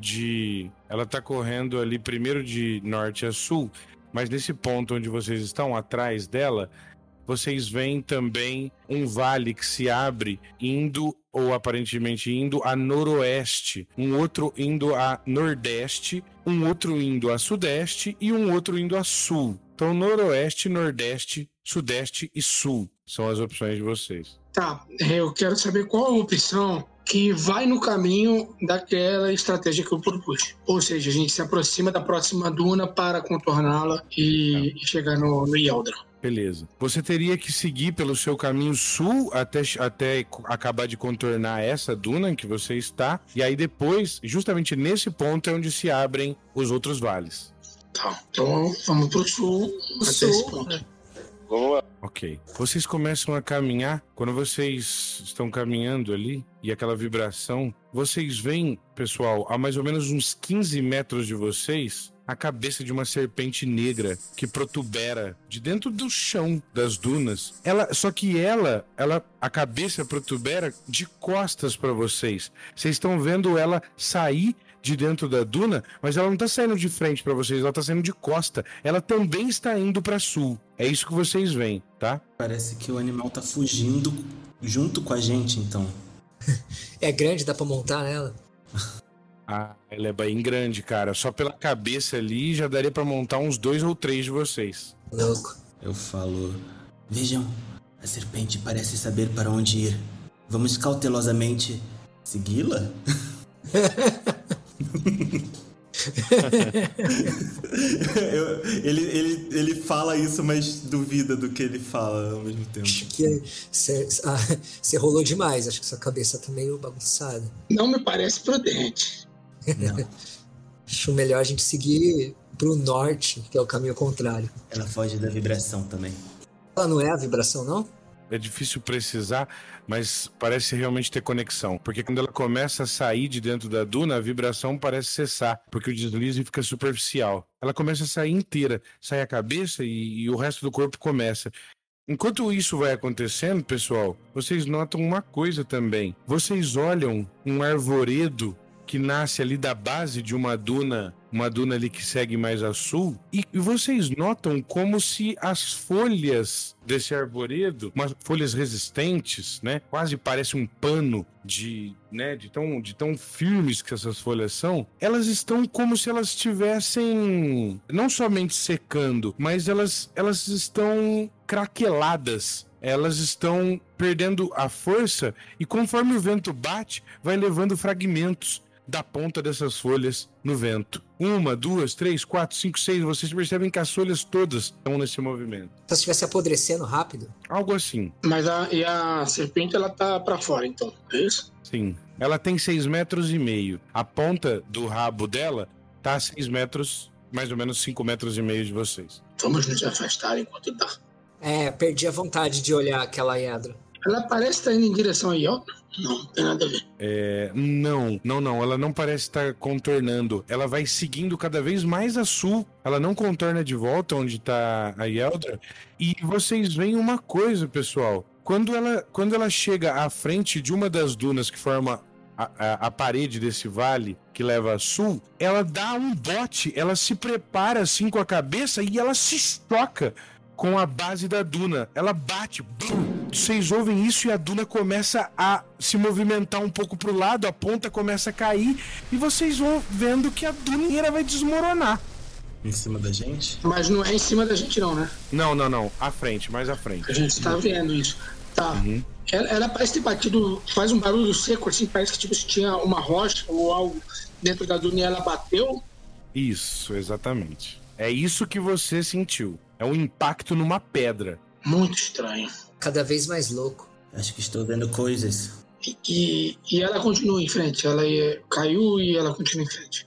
ali primeiro de norte a sul, mas nesse ponto onde vocês estão, atrás dela, vocês veem também um vale que se abre indo, ou aparentemente indo, a noroeste, um outro indo a nordeste, um outro indo a sudeste e um outro indo a sul. Então, noroeste, nordeste, sudeste e sul são as opções de vocês. Tá, eu quero saber qual a opção que vai no caminho daquela estratégia que eu propus. Ou seja, a gente se aproxima da próxima duna para contorná-la e chegar no Yeldra. Beleza. Você teria que seguir pelo seu caminho sul até acabar de contornar essa duna em que você está. E aí depois, justamente nesse ponto, é onde se abrem os outros vales. Tá, então vamos pro sul até esse ponto. Vamos lá. Ok. Vocês começam a caminhar. Quando vocês estão caminhando ali e aquela vibração, vocês veem, pessoal, a mais ou menos uns 15 metros de vocês, a cabeça de uma serpente negra que protubera de dentro do chão das dunas. Só que a cabeça protubera de costas para vocês. Vocês estão vendo ela sair de dentro da duna, mas ela não tá saindo de frente para vocês, ela tá saindo de costa. Ela também está indo para sul. É isso que vocês veem, tá? Parece que o animal tá fugindo junto com a gente, então. É grande, dá pra montar nela? Ela é bem grande, cara. Só pela cabeça ali já daria pra montar uns 2 ou 3 de vocês. Louco. Eu falo: vejam, a serpente parece saber para onde ir. Vamos cautelosamente segui-la? Ele fala isso, mas duvida do que ele fala ao mesmo tempo. Acho que você rolou demais. Acho que sua cabeça tá meio bagunçada. Não me parece prudente. Não. Acho melhor a gente seguir pro norte, que é o caminho contrário. Ela foge da vibração também. Ela não é a vibração, não? É difícil precisar, mas parece realmente ter conexão. Porque quando ela começa a sair de dentro da duna, a vibração parece cessar, porque o deslize fica superficial. Ela começa a sair inteira, sai a cabeça e o resto do corpo começa. Enquanto isso vai acontecendo, pessoal, vocês notam uma coisa também. Vocês olham um arvoredo que nasce ali da base de uma duna ali que segue mais a sul, e vocês notam como se as folhas desse arvoredo, umas folhas resistentes, né, quase parece um pano de tão firmes que essas folhas são, elas estão como se elas estivessem não somente secando, mas elas estão craqueladas. Elas estão perdendo a força e conforme o vento bate, vai levando fragmentos da ponta dessas folhas no vento. 1, 2, 3, 4, 5, 6. Vocês percebem que as folhas todas estão nesse movimento. Então, se estivesse apodrecendo rápido. Algo assim. Mas a serpente, ela tá pra fora, então. É isso? Sim. Ela tem 6,5 metros. A ponta do rabo dela tá a 6 metros, mais ou menos 5,5 metros de vocês. Vamos nos afastar enquanto dá. Perdi a vontade de olhar aquela hiedra. Ela parece estar indo em direção a Iota? Não tem nada a ver. Não. Ela não parece estar contornando. Ela vai seguindo cada vez mais a sul. Ela não contorna de volta onde está a Yeldra. E vocês veem uma coisa, pessoal. Quando ela chega à frente de uma das dunas que forma a parede desse vale que leva a sul, ela dá um bote, ela se prepara assim com a cabeça e ela se estoca com a base da duna. Ela bate, bum! Vocês ouvem isso e a duna começa a se movimentar um pouco pro lado, a ponta começa a cair e vocês vão vendo que a duna inteira vai desmoronar. Em cima da gente? Mas não é em cima da gente não, né? Não. À frente, mais à frente. A gente tá vendo isso. Tá. Uhum. Ela parece ter batido, faz um barulho seco, assim, parece que tipo, se tinha uma rocha ou algo dentro da duna e ela bateu. Isso, exatamente. É isso que você sentiu. É um impacto numa pedra. Muito estranho. Cada vez mais louco. Acho que estou vendo coisas. E ela continua em frente. Ela caiu e ela continua em frente.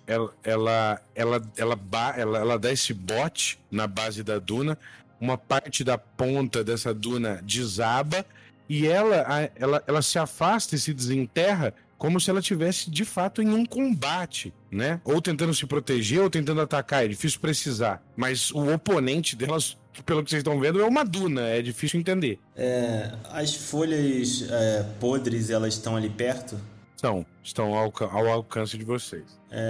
Ela dá esse bote na base da duna. Uma parte da ponta dessa duna desaba e ela se afasta e se desenterra como se ela estivesse de fato em um combate, né? Ou tentando se proteger ou tentando atacar. É difícil precisar. Mas o oponente delas, pelo que vocês estão vendo, é uma duna. É difícil entender. As folhas podres, elas estão ali perto? Estão ao alcance de vocês.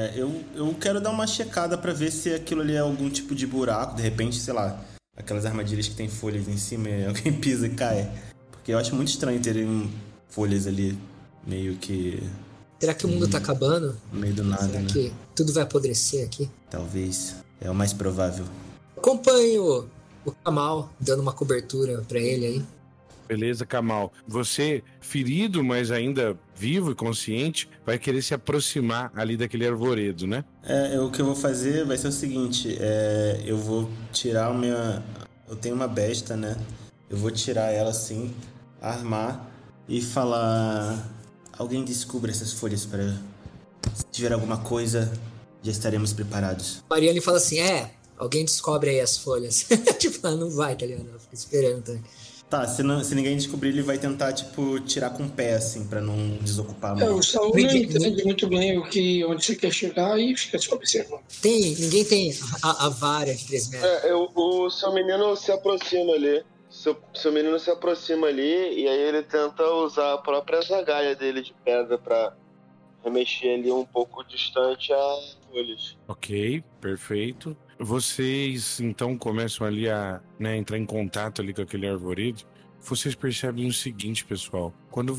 Eu quero dar uma checada pra ver se aquilo ali é algum tipo de buraco. De repente, sei lá, aquelas armadilhas que tem folhas em cima e alguém pisa e cai. Porque eu acho muito estranho terem folhas ali meio que... Será que o mundo tá acabando? No meio do nada, Será né? que tudo vai apodrecer aqui? Talvez. É o mais provável. Acompanho o Kamal, dando uma cobertura pra ele aí. Beleza, Kamal. Você, ferido, mas ainda vivo e consciente, vai querer se aproximar ali daquele arvoredo, né? O que eu vou fazer vai ser o seguinte. Eu vou tirar o minha... Eu tenho uma besta, né? Eu vou tirar ela assim, armar e falar... Alguém descubra essas folhas para... Se tiver alguma coisa, já estaremos preparados. Mariane fala assim, alguém descobre aí as folhas. Tipo, ela não vai, tá ligado? Ela fica esperando, tá? Tá, se ninguém descobrir, ele vai tentar, tipo, tirar com o pé, assim, pra não desocupar a mão. O Saul não entende muito bem onde você quer chegar e fica só observando. Ninguém tem a vara de 3 metros. O seu menino se aproxima ali. Seu menino se aproxima ali e aí ele tenta usar a própria zagaia dele de pedra pra remexer ali um pouco distante as folhas. Ok, perfeito. Vocês então começam ali a entrar em contato ali com aquele arvoredo. Vocês percebem o seguinte, pessoal. Quando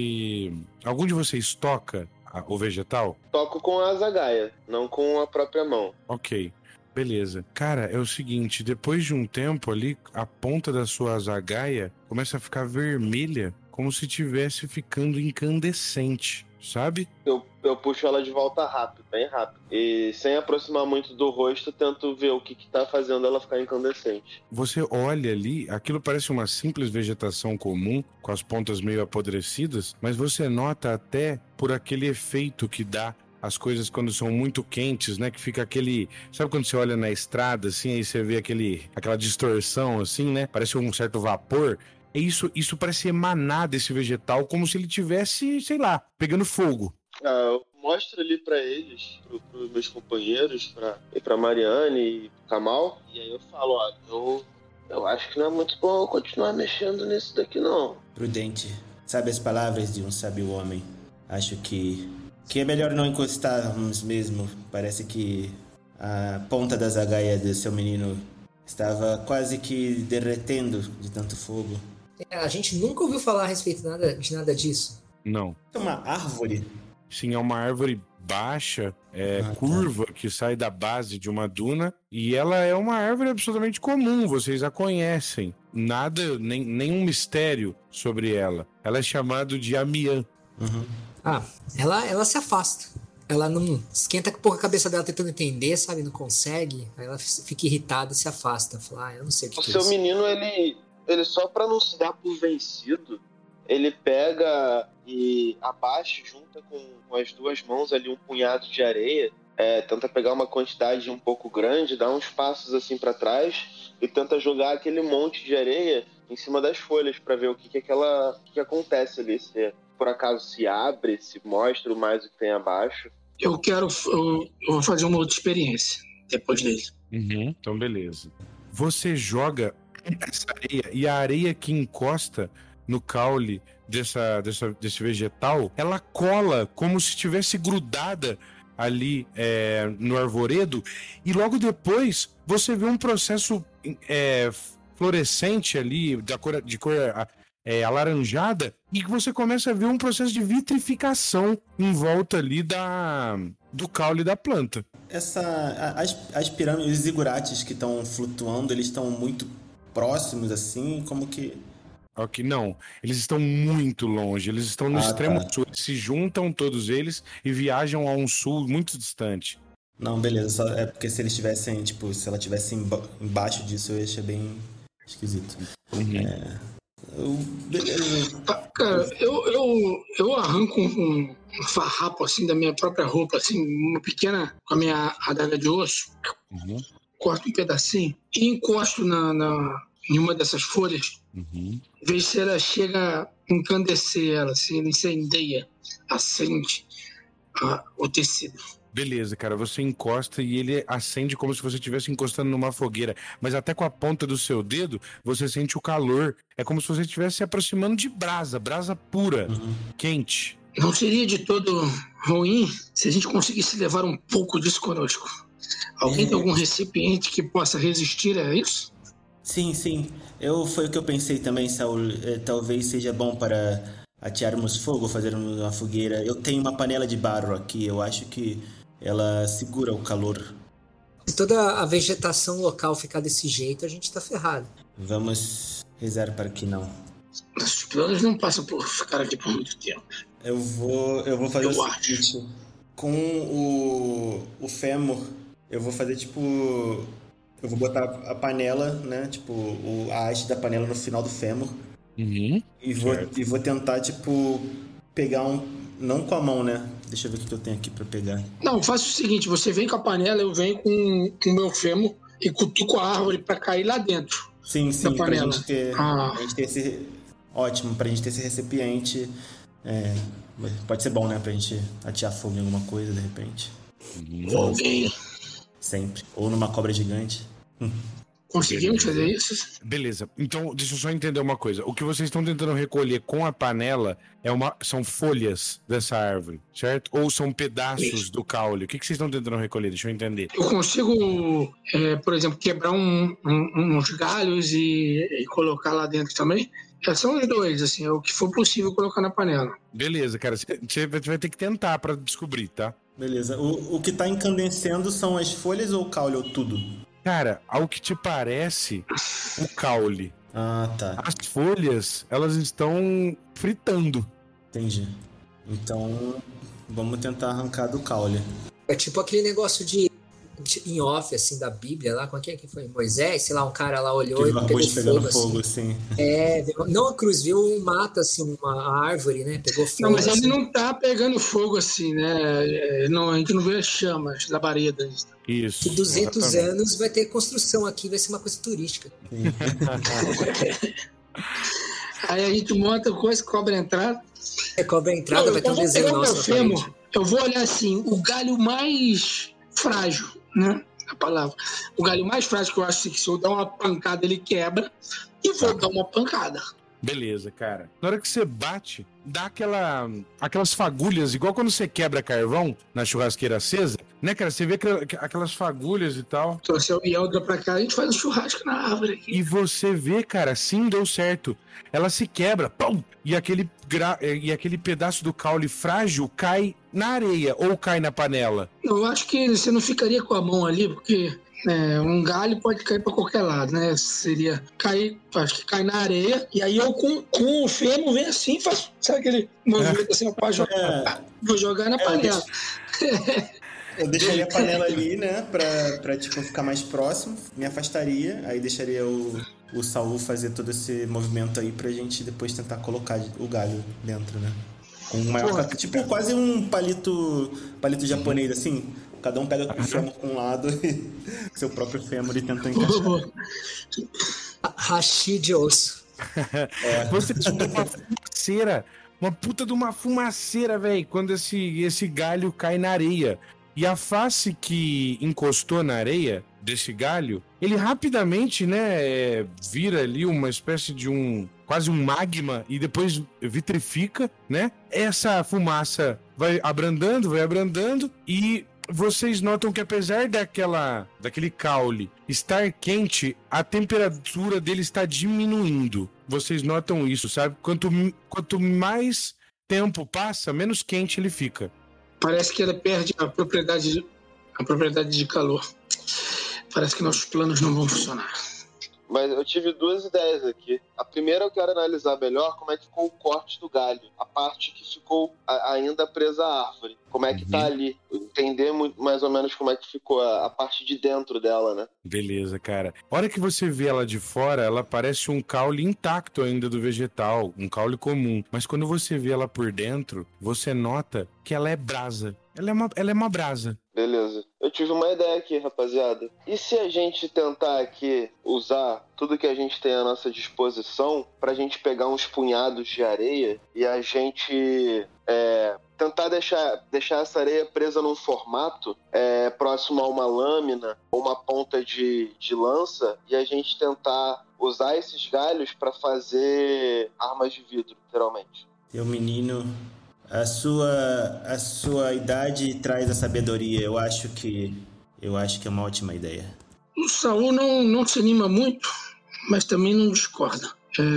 algum de vocês toca o vegetal? Toco com a zagaia, não com a própria mão. Ok. Beleza. Cara, é o seguinte, depois de um tempo ali, a ponta da sua zagaia começa a ficar vermelha, como se estivesse ficando incandescente, sabe? Eu puxo ela de volta rápido, bem rápido. E sem aproximar muito do rosto, tento ver o que tá fazendo ela ficar incandescente. Você olha ali, aquilo parece uma simples vegetação comum, com as pontas meio apodrecidas, mas você nota até por aquele efeito que dá as coisas quando são muito quentes, né? Que fica aquele... Sabe quando você olha na estrada, assim, aí você vê aquela distorção, assim, né? Parece um certo vapor. Isso parece emanar desse vegetal como se ele tivesse, sei lá, pegando fogo. Eu mostro ali pra eles, pros meus companheiros, pra Mariane e pro Kamal, e aí eu falo, ó, eu acho que não é muito bom eu continuar mexendo nisso daqui, não. Prudente. Sabe as palavras de um sábio homem. Acho que é melhor não encostarmos mesmo. Parece que a ponta das agaias do seu menino estava quase que derretendo de tanto fogo. A gente nunca ouviu falar a respeito de nada disso. Não. É uma árvore? Sim, é uma árvore baixa, curva, que sai da base de uma duna, e ela é uma árvore absolutamente comum, vocês a conhecem. Nada, nenhum mistério sobre ela. Ela é chamada de Amiã. Uhum. Ela se afasta. Ela não esquenta um pouco a cabeça dela tentando entender, sabe? Não consegue. Aí ela fica irritada e se afasta. Fala, eu não sei o que é isso. O seu menino, ele só pra não se dar por vencido, ele pega e abaixa, junta com as duas mãos ali um punhado de areia, tenta pegar uma quantidade um pouco grande, dá uns passos assim pra trás e tenta jogar aquele monte de areia em cima das folhas pra ver o que acontece ali, se por acaso se abre, se mostra mais o que tem abaixo. Eu vou fazer uma outra experiência depois dele. Uhum. Então, beleza. Você joga essa areia, e a areia que encosta no caule desse vegetal, ela cola como se estivesse grudada ali no arvoredo, e logo depois você vê um processo fluorescente ali, de cor alaranjada, e que você começa a ver um processo de vitrificação em volta ali do caule da planta. As pirâmides, os zigurates que estão flutuando, eles estão muito próximos assim, como que... Ok, não. Eles estão muito longe, eles estão no extremo sul, eles se juntam todos eles e viajam a um sul muito distante. Não, beleza, só é porque se eles estivessem, tipo, se ela estivesse embaixo disso, eu ia achar bem esquisito. Beleza. Cara, eu arranco um farrapo assim da minha própria roupa, assim, uma pequena, com a minha adaga de osso, corto um pedacinho e encosto em uma dessas folhas, vejo se ela chega a encandecer ela, se ela incendeia, acende o tecido. Beleza, cara, você encosta e ele acende como se você estivesse encostando numa fogueira, mas até com a ponta do seu dedo, você sente o calor. É como se você estivesse se aproximando de brasa pura, quente. Não seria de todo ruim se a gente conseguisse levar um pouco disso conosco. Alguém tem algum recipiente que possa resistir a isso? Sim. Foi o que eu pensei também, Saul. Talvez seja bom para atearmos fogo, fazermos uma fogueira. Eu tenho uma panela de barro aqui, eu acho que ela segura o calor. Se toda a vegetação local ficar desse jeito, a gente tá ferrado. Vamos rezar para que não. Os planos não passam por ficar aqui por muito tempo. Eu vou fazer o seguinte. Com o fêmur, eu vou fazer tipo... Eu vou botar a panela, né? Tipo, a haste da panela no final do fêmur. E vou tentar, tipo, pegar não com a mão, né? Deixa eu ver o que eu tenho aqui pra pegar. Não, faça o seguinte, você vem com a panela, eu venho com o meu fêmur e cutuco a árvore pra cair lá dentro. Sim, da panela. Pra gente ter esse... Ótimo, pra gente ter esse recipiente. Pode ser bom, né? Pra gente atear fogo em alguma coisa, de repente. Alguém. Sempre. Ou numa cobra gigante. Conseguimos fazer isso? Beleza, então deixa eu só entender uma coisa. O que vocês estão tentando recolher com a panela são folhas dessa árvore, certo? Ou são pedaços do caule? O que vocês estão tentando recolher? Deixa eu entender. Eu consigo, por exemplo, quebrar uns galhos e colocar lá dentro também? São os dois, assim, é o que for possível colocar na panela. Beleza, cara, você vai ter que tentar pra descobrir, tá? Beleza. O que tá incandescendo são as folhas ou o caule ou tudo? Cara, ao que te parece, o caule. Ah, tá. As folhas, elas estão fritando. Entendi. Então, vamos tentar arrancar do caule. É tipo aquele negócio de em off, assim, da Bíblia lá, com quem que foi? Moisés, sei lá, um cara lá olhou Que e o pegou arbusto pegando fogo, fogo, assim. assim. Não a cruz, viu um mato, assim, uma árvore, né? Pegou fogo. Não, mas assim. ele não tá pegando fogo assim, né? Não, a gente não vê as chamas, labaredas. Isso. Que 200 exatamente. anos vai ter construção aqui, vai ser uma coisa turística. Aí a gente monta coisa, cobra a entrada. Cobra a entrada, vai ter um desenho nosso na parede. Eu vou olhar assim, o galho mais frágil, né? A palavra. O galho mais frágil que eu acho que se eu dar uma pancada, ele quebra. E vou dar uma pancada. Beleza, cara. Na hora que você bate, dá aquelas fagulhas, igual quando você quebra carvão na churrasqueira acesa, né, cara? Você vê aquelas fagulhas e tal. Então, se eu vier outra pra cá, a gente faz um churrasco na árvore aqui. E você vê, cara, sim, deu certo. Ela se quebra, pum! E aquele pedaço do caule frágil cai na areia ou cai na panela. Eu acho que você não ficaria com a mão ali, porque um galho pode cair para qualquer lado, né? Seria cair, acho que cai na areia, e aí eu com o fêmur venho assim, faço, sabe aquele movimento assim, eu vou jogar na panela. Eu deixaria a panela ali, né, pra tipo, ficar mais próximo, me afastaria, aí deixaria o Saul fazer todo esse movimento aí pra gente depois tentar colocar o galho dentro, né? Com um maior, tipo quase um palito japonês, assim. Cada um pega com o fêmur com um lado e seu próprio fêmur e tenta encaixar. Hashi de osso. Você soltou uma fumaceira, uma puta de uma fumaceira, velho, quando esse galho cai na areia. E a face que encostou na areia desse galho, ele rapidamente, né, vira ali uma espécie de quase um magma e depois vitrifica, né? Essa fumaça vai abrandando e vocês notam que apesar daquele caule estar quente, a temperatura dele está diminuindo. Vocês notam isso, sabe? Quanto mais tempo passa, menos quente ele fica. Parece que ela perde a propriedade de calor. Parece que nossos planos não vão funcionar. Mas eu tive duas ideias aqui. A primeira, eu quero analisar melhor como é que ficou o corte do galho. A parte que ficou ainda presa à árvore. Como é que tá ali. Entender mais ou menos como é que ficou a parte de dentro dela, né? Beleza, cara. A hora que você vê ela de fora, ela parece um caule intacto ainda do vegetal. Um caule comum. Mas quando você vê ela por dentro, você nota que ela é brasa. Ela é uma brasa. Beleza. Eu tive uma ideia aqui, rapaziada. E se a gente tentar aqui usar tudo que a gente tem à nossa disposição pra gente pegar uns punhados de areia e a gente tentar deixar essa areia presa num formato próximo a uma lâmina ou uma ponta de lança e a gente tentar usar esses galhos pra fazer armas de vidro, literalmente. Seu menino... A sua idade traz a sabedoria. Eu acho que é uma ótima ideia. O Saul não se anima muito, mas também não discorda.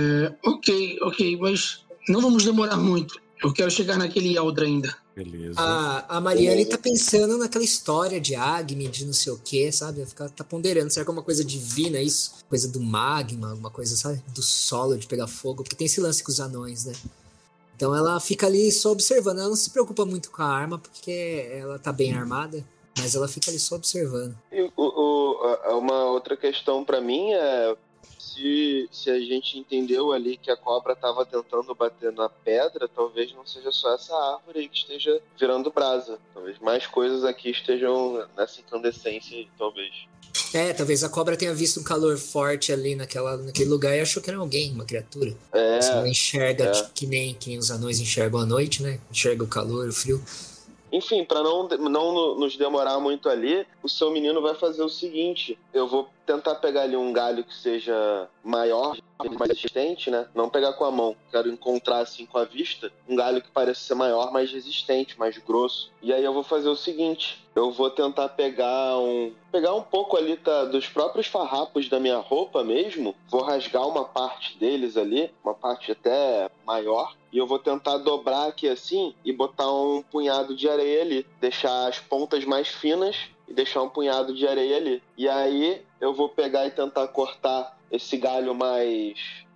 Ok, mas não vamos demorar muito. Eu quero chegar naquele Eldra ainda. Beleza. A Mariane tá pensando naquela história de Agni, de não sei o que, sabe? Tá ponderando. Será que é uma coisa divina isso? Coisa do magma, uma coisa, sabe? Do solo, de pegar fogo. Porque tem esse lance com os anões, né? Então ela fica ali só observando. Ela não se preocupa muito com a arma, porque ela tá bem armada, mas ela fica ali só observando. E uma outra questão pra mim é se a gente entendeu ali que a cobra tava tentando bater na pedra, talvez não seja só essa árvore aí que esteja virando brasa. Talvez mais coisas aqui estejam nessa incandescência, talvez. Talvez a cobra tenha visto um calor forte ali naquele lugar e achou que era alguém, uma criatura. Você não enxerga que nem os anões enxergam à noite, né? Enxerga o calor, o frio. Enfim, para não nos demorar muito ali, o seu menino vai fazer o seguinte: eu vou tentar pegar ali um galho que seja maior, mais resistente, né? Não pegar com a mão, quero encontrar assim com a vista um galho que pareça ser maior, mais resistente, mais grosso. E aí eu vou fazer o seguinte: eu vou tentar pegar um pouco ali dos próprios farrapos da minha roupa mesmo, vou rasgar uma parte deles ali, uma parte até maior, e eu vou tentar dobrar aqui assim e botar um punhado de areia ali, deixar as pontas mais finas e deixar um punhado de areia ali. E aí eu vou pegar e tentar cortar esse galho mais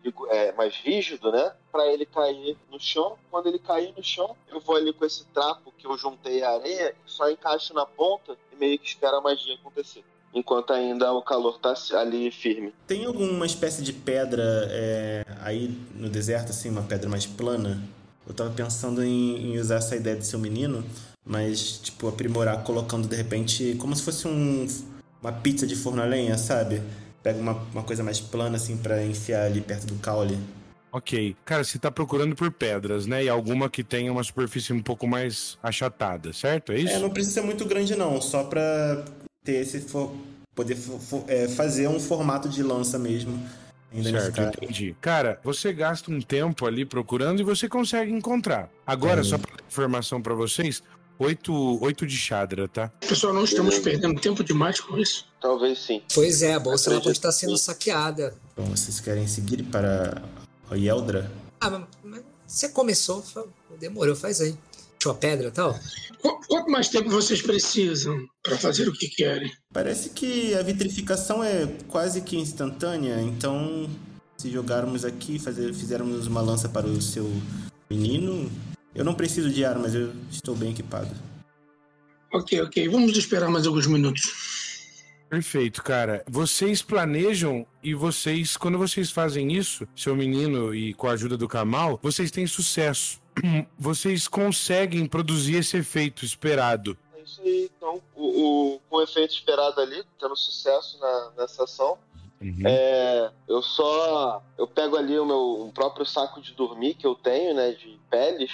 mais rígido, né? Pra ele cair no chão. Quando ele cair no chão, eu vou ali com esse trapo que eu juntei a areia, só encaixo na ponta e meio que espero a magia acontecer. Enquanto ainda o calor tá ali firme. Tem alguma espécie de pedra aí no deserto, assim, uma pedra mais plana? Eu tava pensando em usar essa ideia de ser um menino, mas, tipo, aprimorar colocando, de repente, como se fosse uma pizza de forno a lenha, sabe? Pega uma coisa mais plana, assim, pra enfiar ali perto do caule. Ok. Cara, você tá procurando por pedras, né? E alguma que tenha uma superfície um pouco mais achatada, certo? É isso? Não precisa ser muito grande, não. Só pra ter poder fazer um formato de lança mesmo. Certo, entendi. Cara, você gasta um tempo ali procurando e você consegue encontrar. Agora, só pra dar informação pra vocês, 8 de Shadra, tá? Pessoal, não estamos perdendo tempo demais com isso? Talvez sim. Pois é, a bolsa ela pode estar sendo saqueada. Bom, vocês querem seguir para a Yeldra? Mas você começou, demorou, faz aí. Achou a pedra e tal? Quanto mais tempo vocês precisam para fazer o que querem? Parece que a vitrificação é quase que instantânea, então se jogarmos aqui, fizermos uma lança para o seu menino, eu não preciso de armas, eu estou bem equipado. Ok, vamos esperar mais alguns minutos. Perfeito, cara. Vocês planejam e quando vocês fazem isso, seu menino e com a ajuda do Kamal, vocês têm sucesso. Vocês conseguem produzir esse efeito esperado. É isso aí. Então, com o efeito esperado ali, tendo sucesso nessa ação, eu pego ali o próprio saco de dormir que eu tenho, né, de peles,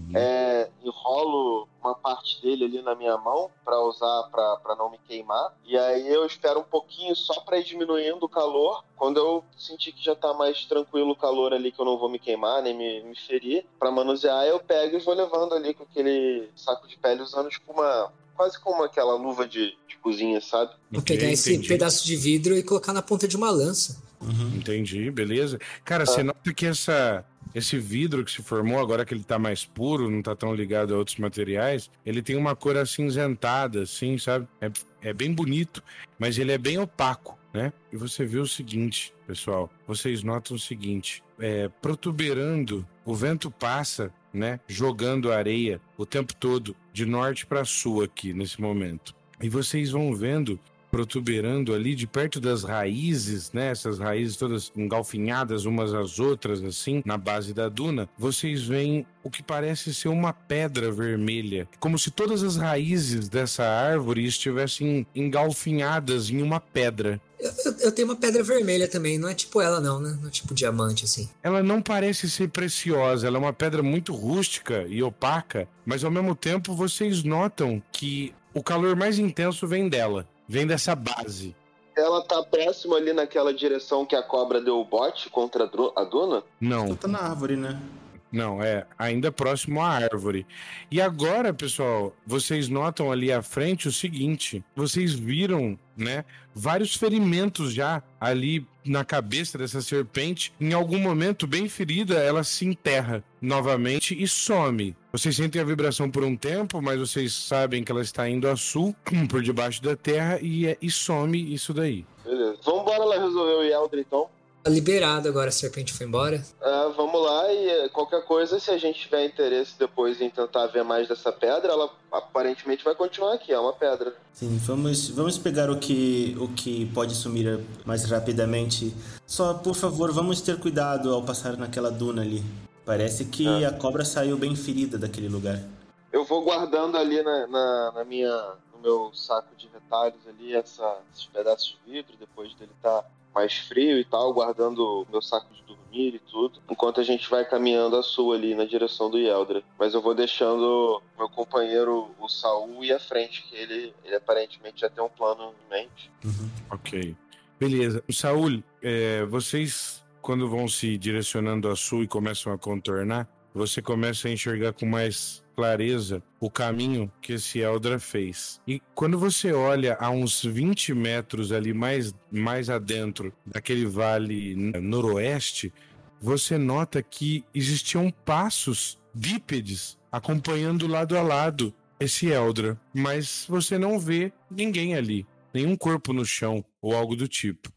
enrolo uma parte dele ali na minha mão para usar para não me queimar, e aí eu espero um pouquinho só para ir diminuindo o calor. Quando eu sentir que já tá mais tranquilo o calor ali, que eu não vou me queimar nem me ferir, para manusear, eu pego e vou levando ali com aquele saco de pele, usando tipo quase como aquela luva de cozinha, sabe? Vou pegar esse pedaço de vidro e colocar na ponta de uma lança. Entendi, beleza. Cara, você nota que esse vidro que se formou, agora que ele tá mais puro, não tá tão ligado a outros materiais, ele tem uma cor acinzentada, assim, sabe? É bem bonito, mas ele é bem opaco, né? E você vê o seguinte, pessoal, vocês notam o seguinte, protuberando, o vento passa, né? Jogando areia o tempo todo, de norte para sul aqui, nesse momento. E vocês vão vendo protuberando ali de perto das raízes, né? Essas raízes todas engalfinhadas umas às outras, assim, na base da duna, vocês veem o que parece ser uma pedra vermelha, como se todas as raízes dessa árvore estivessem engalfinhadas em uma pedra. Eu tenho uma pedra vermelha também, não é tipo ela não, né? Não é tipo diamante, assim. Ela não parece ser preciosa, ela é uma pedra muito rústica e opaca, mas ao mesmo tempo vocês notam que o calor mais intenso vem dela. Vem dessa base. Ela tá próxima ali naquela direção que a cobra deu o bote contra a duna? Não. Tá na árvore, né? Não, ainda próximo à árvore. E agora, pessoal, vocês notam ali à frente o seguinte, vocês viram, né, vários ferimentos já ali na cabeça dessa serpente. Em algum momento, bem ferida, ela se enterra novamente e some. Vocês sentem a vibração por um tempo, mas vocês sabem que ela está indo a sul, por debaixo da terra, e some isso daí. Beleza. Vambora lá resolver o Yeldra, então. Tá liberado agora, a serpente foi embora. Vamos lá, e qualquer coisa, se a gente tiver interesse depois em tentar ver mais dessa pedra, ela aparentemente vai continuar aqui, é uma pedra. Sim, vamos pegar o que pode sumir mais rapidamente. Só, por favor, vamos ter cuidado ao passar naquela duna ali. Parece que a cobra saiu bem ferida daquele lugar. Eu vou guardando ali no meu saco de retalhos ali esses pedaços de vidro, depois dele estar mais frio e tal, guardando o meu saco de dormir e tudo, enquanto a gente vai caminhando a sul ali na direção do Yeldra. Mas eu vou deixando meu companheiro, o Saul, ir à frente, que ele aparentemente já tem um plano em mente. Ok. Beleza. Saul, vocês, quando vão se direcionando a sul e começam a contornar, você começa a enxergar com mais clareza o caminho que esse Yeldra fez. E quando você olha a uns 20 metros ali mais adentro daquele vale noroeste, você nota que existiam passos bípedes acompanhando lado a lado esse Yeldra, mas você não vê ninguém ali, nenhum corpo no chão ou algo do tipo. Tá,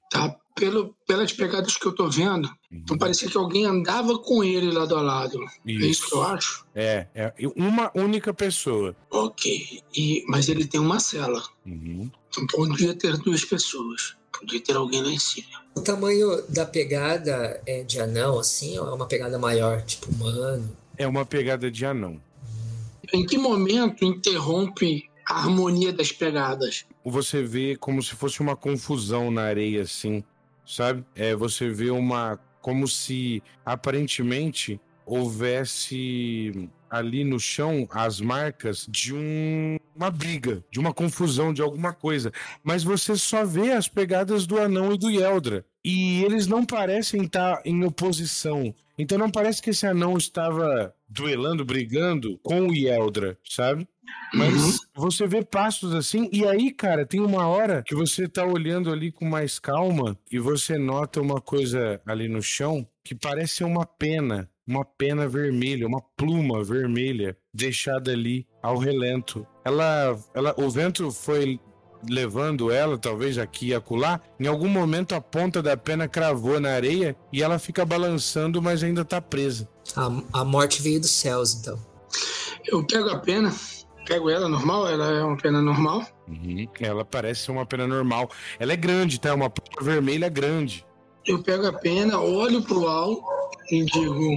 pelas pegadas que eu tô vendo, então parecia que alguém andava com ele lado a lado. Isso. É isso que eu acho? É uma única pessoa. Ok. Mas ele tem uma cela. Uhum. Então podia ter 2 pessoas. Podia ter alguém lá em cima. O tamanho da pegada é de anão, assim, ou é uma pegada maior, tipo humano? É uma pegada de anão. Em que momento interrompe a harmonia das pegadas? Você vê como se fosse uma confusão na areia, assim, sabe? Você vê como se aparentemente houvesse ali no chão as marcas de uma briga, de uma confusão, de alguma coisa. Mas você só vê as pegadas do anão e do Yeldra. E eles não parecem estar em oposição. Então não parece que esse anão estava duelando, brigando com o Yeldra, sabe? Mas você vê passos assim, e aí, cara, tem uma hora que você tá olhando ali com mais calma e você nota uma coisa ali no chão que parece uma pena vermelha, uma pluma vermelha deixada ali ao relento. O vento foi levando ela, talvez aqui e acolá. Em algum momento a ponta da pena cravou na areia e ela fica balançando, mas ainda tá presa. A morte veio dos céus, então. Eu pego a pena. Pego ela normal, ela é uma pena normal. Ela parece ser uma pena normal. Ela é grande, tá? É uma pluma vermelha grande. Eu pego a pena, olho pro alto e digo: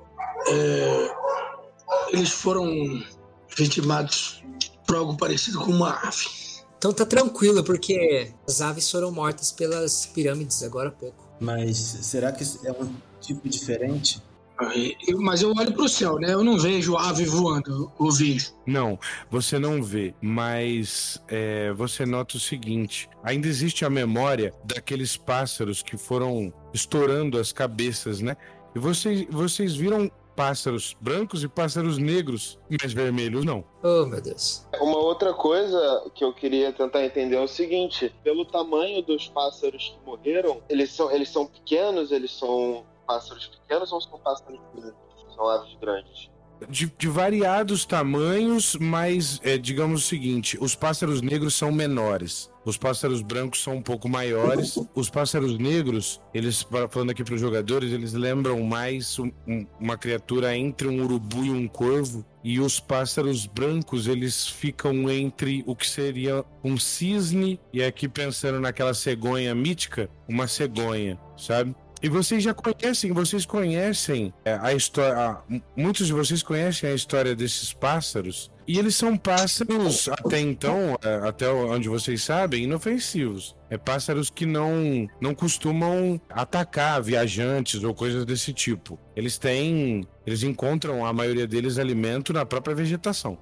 eles foram vitimados por algo parecido com uma ave. Então tá tranquilo, porque as aves foram mortas pelas pirâmides agora há pouco. Mas será que é um tipo diferente? Mas eu olho pro céu, né? Eu não vejo ave voando, eu vejo. Não, você não vê, mas você nota o seguinte: ainda existe a memória daqueles pássaros que foram estourando as cabeças, né? E vocês viram pássaros brancos e pássaros negros, mas vermelhos não. Oh, meu Deus. Uma outra coisa que eu queria tentar entender é o seguinte: pelo tamanho dos pássaros que morreram, eles são pequenos, eles são pássaros pequenos ou são pássaros grandes? São aves grandes? De variados tamanhos, mas digamos o seguinte: os pássaros negros são menores, os pássaros brancos são um pouco maiores. Os pássaros negros, eles, falando aqui para os jogadores, eles lembram mais uma criatura entre um urubu e um corvo. E os pássaros brancos, eles ficam entre o que seria um cisne e aqui pensando naquela cegonha mítica, uma cegonha, sabe? E vocês conhecem a história, muitos de vocês conhecem a história desses pássaros, e eles são pássaros, até então, até onde vocês sabem, inofensivos. Pássaros que não costumam atacar viajantes ou coisas desse tipo. Eles encontram, a maioria deles, alimento na própria vegetação.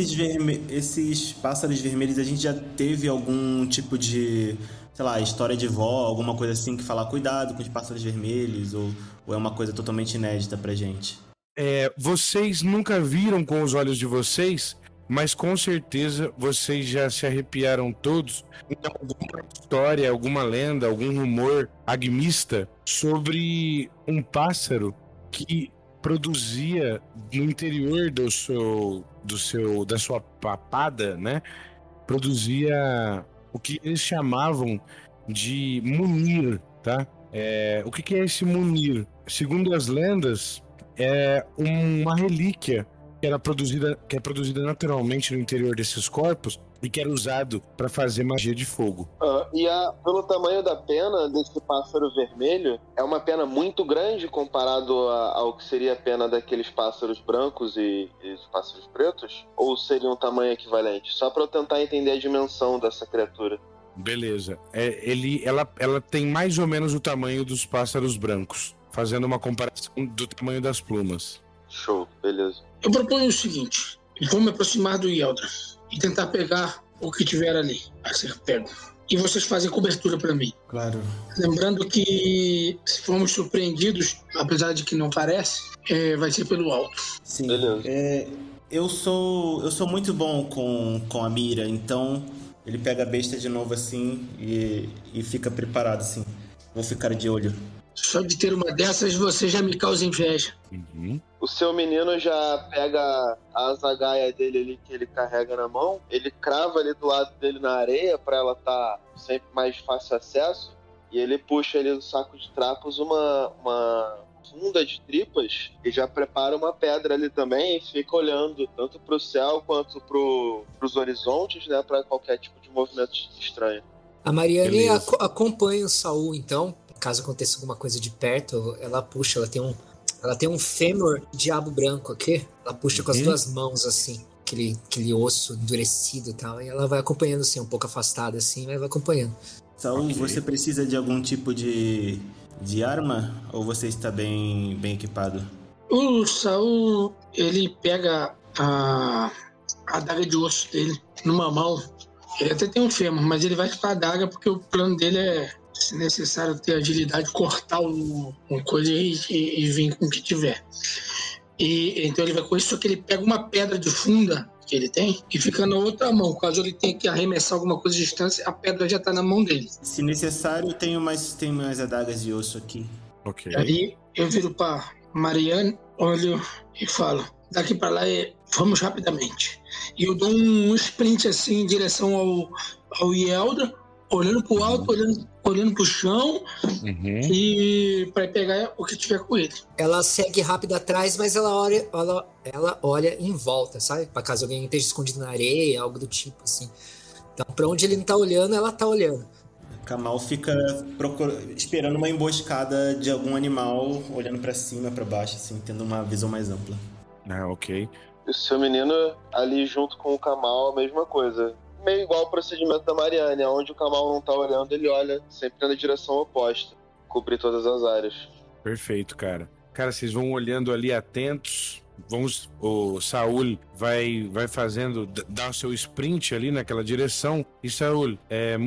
Esses pássaros vermelhos, a gente já teve algum tipo de, sei lá, história de vó, alguma coisa assim que fala cuidado com os pássaros vermelhos, ou é uma coisa totalmente inédita pra gente? Vocês nunca viram com os olhos de vocês, mas com certeza vocês já se arrepiaram todos em alguma história, alguma lenda, algum rumor agmista sobre um pássaro que produzia no interior da sua papada, né? Produzia o que eles chamavam de munir, tá? O que é esse munir? Segundo as lendas, é uma relíquia que é produzida naturalmente no interior desses corpos e que era usado para fazer magia de fogo. Pelo tamanho da pena desse pássaro vermelho, é uma pena muito grande comparado ao que seria a pena daqueles pássaros brancos e os pássaros pretos? Ou seria um tamanho equivalente? Só para eu tentar entender a dimensão dessa criatura. Beleza. Ela tem mais ou menos o tamanho dos pássaros brancos, fazendo uma comparação do tamanho das plumas. Show, beleza. Eu proponho o seguinte: vou me aproximar do Yeldra e tentar pegar o que tiver ali a ser pego. E vocês fazem cobertura para mim. Claro. Lembrando que se formos surpreendidos, apesar de que não parece, vai ser pelo alto. Sim. Beleza. Eu sou muito bom com a mira, então ele pega a besta de novo assim e fica preparado assim. Vou ficar de olho. Só de ter uma dessas você já me causa inveja. Uhum. O seu menino já pega a azagaia dele ali que ele carrega na mão, ele crava ali do lado dele na areia pra ela estar sempre mais fácil acesso e ele puxa ali do saco de trapos uma funda de tripas e já prepara uma pedra ali também e fica olhando tanto pro céu quanto pros horizontes, né, para qualquer tipo de movimento estranho. A Mariane acompanha o Saul, então, caso aconteça alguma coisa de perto, ela puxa, ela tem um fêmur diabo branco aqui, ela puxa com as duas mãos, assim, aquele osso endurecido e tal, e ela vai acompanhando, assim, um pouco afastada, assim, mas vai acompanhando. Saul, você precisa de algum tipo de arma, ou você está bem equipado? O Saul, ele pega a adaga de osso dele numa mão. Ele até tem um fêmur, mas ele vai com a adaga porque o plano dele é, se necessário, ter agilidade, cortar uma coisa e vir com o que tiver. E então ele vai com isso, só que ele pega uma pedra de funda que ele tem e fica na outra mão. Caso ele tenha que arremessar alguma coisa de distância, a pedra já está na mão dele. Se necessário, tem mais adagas de osso aqui. Ok. Aí eu viro para Mariane, olho e falo: daqui para lá vamos rapidamente. E eu dou um sprint assim em direção ao Yeldra, olhando pro alto, olhando pro chão, e para pegar o que tiver com ele. Ela segue rápido atrás, mas ela olha em volta, sabe? Pra caso alguém esteja escondido na areia, algo do tipo, assim. Então, pra onde ele não tá olhando, ela tá olhando. Kamal fica esperando uma emboscada de algum animal, olhando pra cima, pra baixo, assim, tendo uma visão mais ampla. Ah, ok. E o seu menino ali junto com o Kamal, a mesma coisa. Meio igual o procedimento da Mariane, onde o Kamal não tá olhando, ele olha sempre na direção oposta, cobrir todas as áreas. Perfeito, cara. Cara, vocês vão olhando ali atentos. O Saul vai fazendo, dá o seu sprint ali naquela direção. E Saul,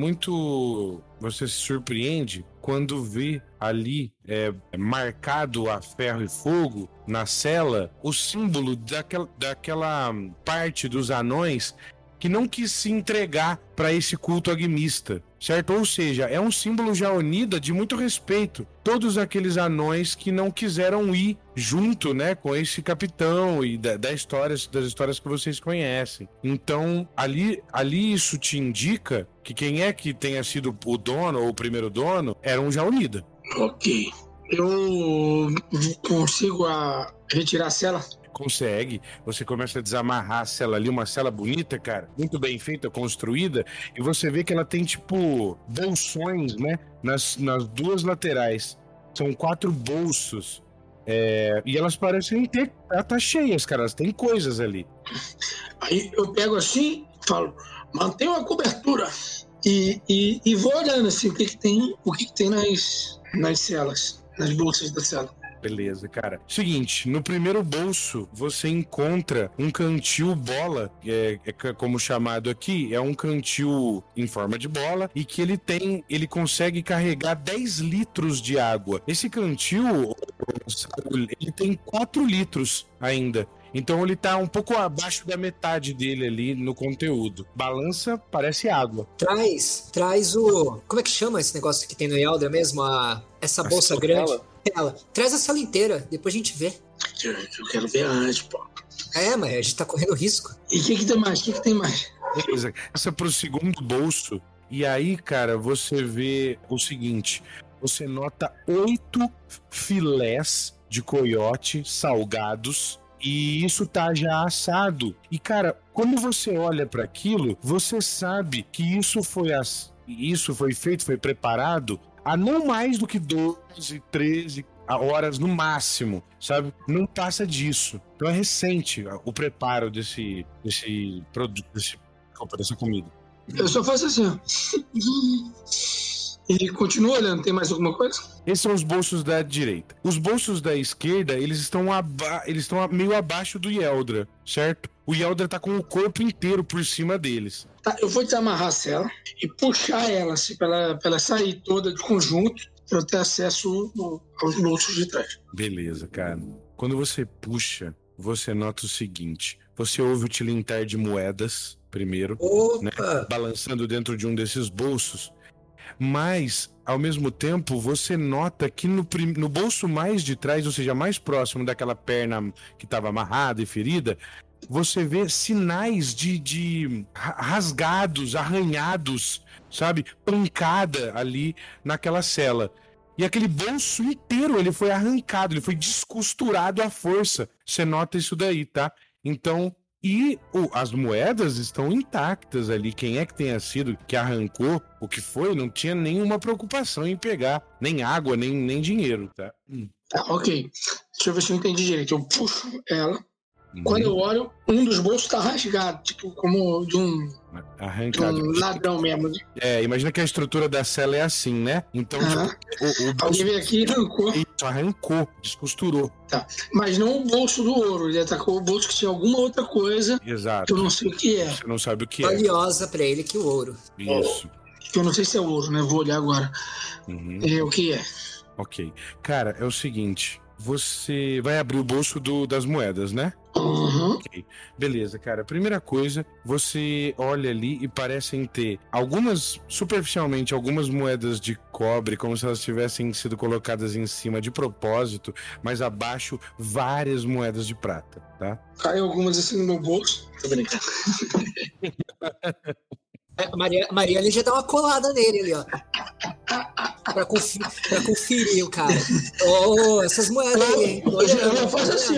você se surpreende quando vê ali marcado a ferro e fogo na cela o símbolo daquela parte dos anões que não quis se entregar para esse culto agmista, certo? Ou seja, é um símbolo já unida de muito respeito. Todos aqueles anões que não quiseram ir junto, né, com esse capitão e das histórias que vocês conhecem. Então, ali isso te indica que quem é que tenha sido o dono ou o primeiro dono era um Jaunida. Ok. Eu consigo retirar a cela? Consegue, você começa a desamarrar a cela ali, uma cela bonita, cara, muito bem feita, construída, e você vê que ela tem, tipo, bolsões, né, nas duas laterais. São 4 bolsos, e elas parecem ter, tá cheias, cara, elas têm coisas ali. Aí eu pego assim, falo: mantenha a cobertura, e vou olhando assim, o que tem nas celas, nas bolsas da cela. Beleza, cara. Seguinte, no primeiro bolso você encontra um cantil bola, como chamado aqui, é um cantil em forma de bola e que ele consegue carregar 10 litros de água. Esse cantil, ele tem 4 litros ainda. Então ele tá um pouco abaixo da metade dele ali no conteúdo. Balança, parece água. Traz o... Como é que chama esse negócio que tem no Yeldra mesmo? Essa bolsa grande. Traz a sala inteira, depois a gente vê. Eu quero ver antes, pô. Mas a gente tá correndo risco. E o que tem mais? O que tem mais? Beleza. Essa pro segundo bolso. E aí, cara, você vê o seguinte. Você nota 8 filés de coiote salgados. E isso tá já assado. E, cara, quando você olha para aquilo, você sabe que isso foi feito, foi preparado há não mais do que 12, 13 horas no máximo, sabe? Não passa disso. Então é recente o preparo desse produto, dessa comida. Eu só faço assim, ó. E continua olhando, tem mais alguma coisa? Esses são os bolsos da direita. Os bolsos da esquerda, eles estão meio abaixo do Yeldra, certo? O Yeldra tá com o corpo inteiro por cima deles. Tá, eu vou desamarrar a cela e puxar ela, assim, pra ela sair toda de conjunto, pra eu ter acesso aos bolsos de trás. Beleza, cara. Quando você puxa, você nota o seguinte. Você ouve o tilintar de moedas, primeiro, né, balançando dentro de um desses bolsos. Mas, ao mesmo tempo, você nota que no bolso mais de trás, ou seja, mais próximo daquela perna que estava amarrada e ferida, você vê sinais de rasgados, arranhados, sabe? Pancada ali naquela cela. E aquele bolso inteiro, ele foi arrancado, ele foi descosturado à força. Você nota isso daí, tá? Então, as moedas estão intactas ali. Quem é que tenha sido que arrancou o que foi, não tinha nenhuma preocupação em pegar nem água, nem dinheiro, tá? Tá, ok. Deixa eu ver se eu entendi direito. Eu puxo ela. Quando eu olho, um dos bolsos tá rasgado, tipo, como de um ladrão mesmo. Imagina que a estrutura da cela é assim, né? Então, tipo, alguém veio aqui e arrancou. Isso, arrancou, descosturou. Tá. Mas não o bolso do ouro, ele atacou o bolso que tinha alguma outra coisa. Exato. Que eu não sei o que é. Você não sabe o que é. Valiosa pra ele que o ouro. Isso. Que eu não sei se é ouro, né? Vou olhar agora. O que é? Ok. Cara, é o seguinte. Você vai abrir o bolso das moedas, né? Ok. Beleza, cara. Primeira coisa, você olha ali e parecem ter superficialmente, algumas moedas de cobre, como se elas tivessem sido colocadas em cima de propósito, mas abaixo várias moedas de prata, tá? Caiu algumas assim no meu bolso. Tô brincando. Mariana já dá uma colada nele ali, ó. Pra conferir o cara. Essas moedas aí, hein? Eu faço assim,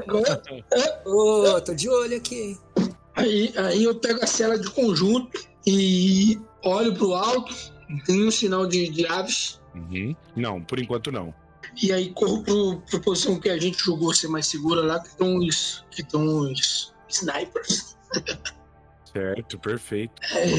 ó. Tô de olho aqui, hein? Aí eu pego a cela de conjunto e olho pro alto, tem um sinal de aves. Não, por enquanto não. E aí corro pra posição que a gente julgou ser mais segura lá, que estão os snipers. Certo, perfeito.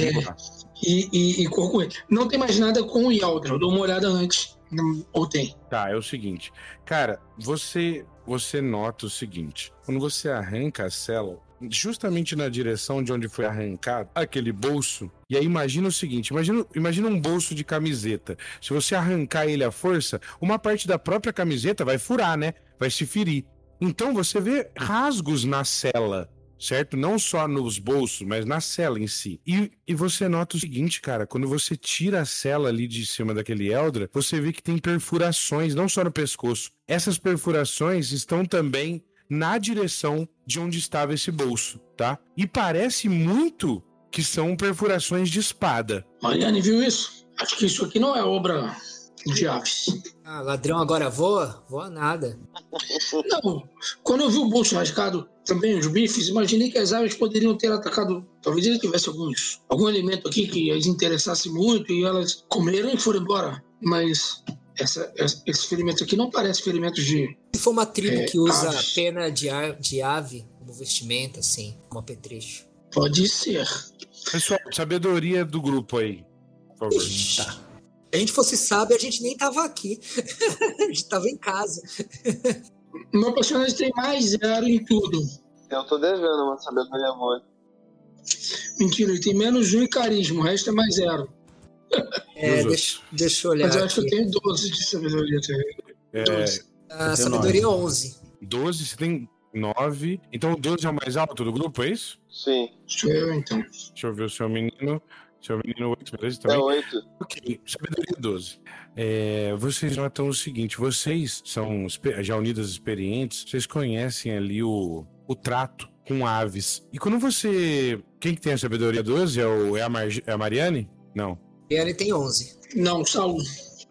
E corro com ele. Não tem mais nada com o Yalder. Eu dou uma olhada antes. Ou tem? Tá, é o seguinte. Cara, você nota o seguinte. Quando você arranca a cela, justamente na direção de onde foi arrancado aquele bolso, e aí imagina o seguinte. Imagina um bolso de camiseta. Se você arrancar ele à força, uma parte da própria camiseta vai furar, né? Vai se ferir. Então você vê rasgos na cela. Certo? Não só nos bolsos, mas na cela em si. E você nota o seguinte, cara, quando você tira a cela ali de cima daquele Eldra, você vê que tem perfurações, não só no pescoço. Essas perfurações estão também na direção de onde estava esse bolso, tá? E parece muito que são perfurações de espada. Mariane, viu isso? Acho que isso aqui não é obra de aves. Ladrão agora voa? Voa nada. Não, quando eu vi o bolso rasgado, também os bifes, imaginei que as aves poderiam ter atacado. Talvez ele tivesse algum alimento aqui que as interessasse muito e elas comeram e foram embora. Mas esse ferimento aqui não parece ferimentos de... Se for uma tribo que usa aves. pena de ave como vestimenta, assim, como apetrecho. Pode ser. Pessoal, sabedoria do grupo aí, por favor. Tá. Se a gente fosse sábio, a gente nem tava aqui. A gente tava em casa. Meu personagem tem mais 0 em tudo. Eu tô devendo uma sabedoria boa. Mentira, ele tem menos 1 em carisma, o resto é mais 0. Deixa eu olhar. Mas eu acho que eu aqui. tenho 12 de sabedoria. 12. Sabedoria 11. 12, você tem 9. Então o 12 é o mais alto do grupo, é isso? Sim. Sou eu, então. Deixa eu ver o seu menino. Seu menino 8, beleza? Também? É 8. Ok, sabedoria 12. Vocês notam o seguinte, vocês são já unidas experientes, vocês conhecem ali o trato com aves. E quando você... Quem que tem a sabedoria 12? É a Mariane? Não. E ele tem 11. Não, Saul.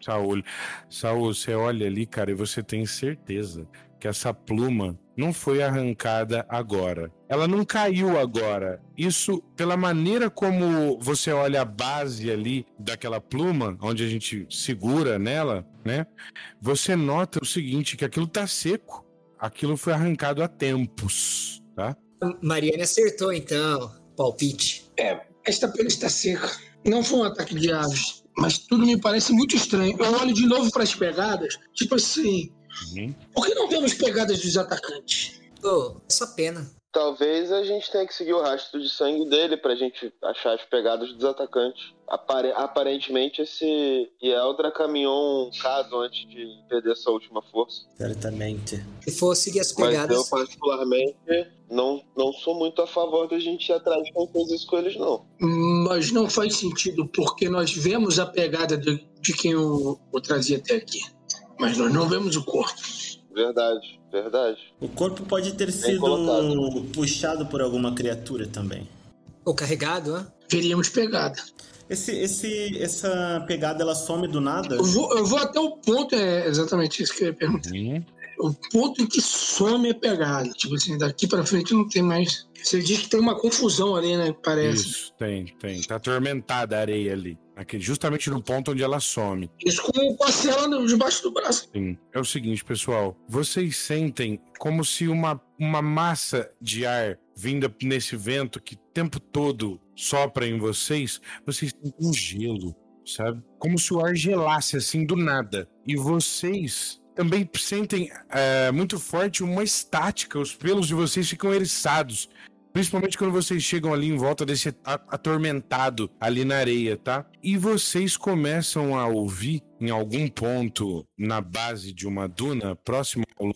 Saul, você olha ali, cara, e você tem certeza que essa pluma não foi arrancada agora. Ela não caiu agora. Isso, pela maneira como você olha a base ali daquela pluma, onde a gente segura nela, né? Você nota o seguinte, que aquilo tá seco. Aquilo foi arrancado há tempos, tá? Mariane acertou, então. Palpite. Esta pele está seca. Não foi um ataque de aves, mas tudo me parece muito estranho. Eu olho de novo para as pegadas, tipo assim... Por que não vemos pegadas dos atacantes? Essa pena. Talvez a gente tenha que seguir o rastro de sangue dele pra gente achar as pegadas dos atacantes. Aparentemente esse Yeldra caminhou um caso antes de perder sua última força. Certamente. Se for seguir as pegadas... Mas eu particularmente não sou muito a favor da gente ir atrás de quem fez isso com eles, não. Mas não faz sentido, porque nós vemos a pegada de quem o trazia até aqui. Mas nós não vemos o corpo. Verdade. Verdade. O corpo pode ter sido puxado por alguma criatura também. Ou carregado, né? Veríamos pegada. Essa pegada, ela some do nada? Eu vou até o ponto, é exatamente isso que eu ia perguntar. O ponto em que some a pegada. Tipo assim, daqui pra frente não tem mais... Você diz que tem uma confusão ali, né? Parece. Isso, tem. Tá atormentada a areia ali. Aqui, justamente no ponto onde ela some. Isso com a cela debaixo do braço. Sim. É o seguinte, pessoal. Vocês sentem como se uma massa de ar vinda nesse vento que o tempo todo sopra em vocês sentem um gelo, sabe? Como se o ar gelasse assim do nada. E vocês também sentem muito forte uma estática. Os pelos de vocês ficam eriçados. Principalmente quando vocês chegam ali em volta desse atormentado ali na areia, tá? E vocês começam a ouvir em algum ponto na base de uma duna, próximo ao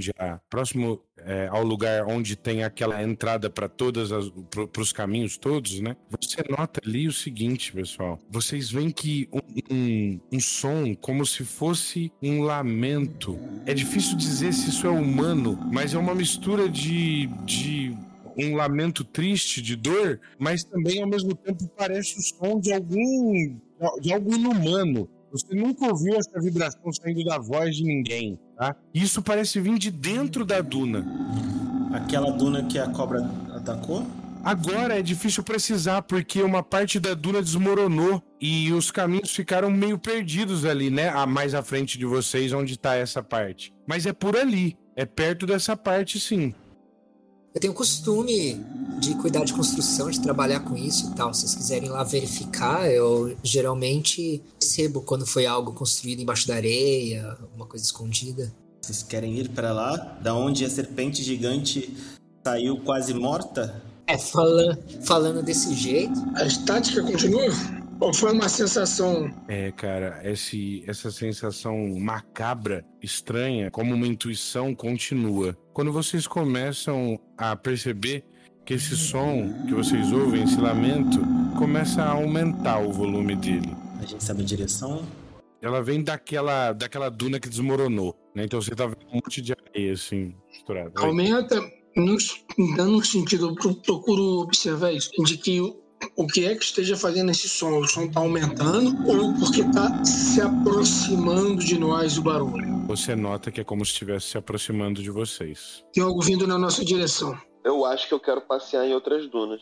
lugar onde tem aquela entrada para os caminhos todos, né? Você nota ali o seguinte, pessoal. Vocês veem que um som como se fosse um lamento. É difícil dizer se isso é humano, mas é uma mistura de um lamento triste, de dor, mas também ao mesmo tempo parece o som de algo inumano. Você nunca ouviu essa vibração saindo da voz de ninguém, tá? Isso parece vir de dentro da duna. Aquela duna que a cobra atacou? Agora é difícil precisar, porque uma parte da duna desmoronou e os caminhos ficaram meio perdidos ali, né? Mais à frente de vocês, onde tá essa parte. Mas é por ali, é perto dessa parte, sim. Eu tenho costume de cuidar de construção, de trabalhar com isso e tal. Se vocês quiserem ir lá verificar, eu geralmente percebo quando foi algo construído embaixo da areia, alguma coisa escondida. Vocês querem ir para lá? Da onde a serpente gigante saiu quase morta? Falando desse jeito. A estática continua? Ou foi uma sensação... Cara, essa sensação macabra, estranha, como uma intuição, continua. Quando vocês começam a perceber que esse som que vocês ouvem, esse lamento, começa a aumentar o volume dele. A gente sabe a direção? Ela vem daquela duna que desmoronou, né? Então você tá vendo um monte de areia, assim, misturada. Aumenta, no sentido, eu procuro observar isso, de que o que é que esteja fazendo esse som? O som está aumentando ou porque está se aproximando de nós o barulho? Você nota que é como se estivesse se aproximando de vocês. Tem algo vindo na nossa direção. Eu acho que eu quero passear em outras dunas.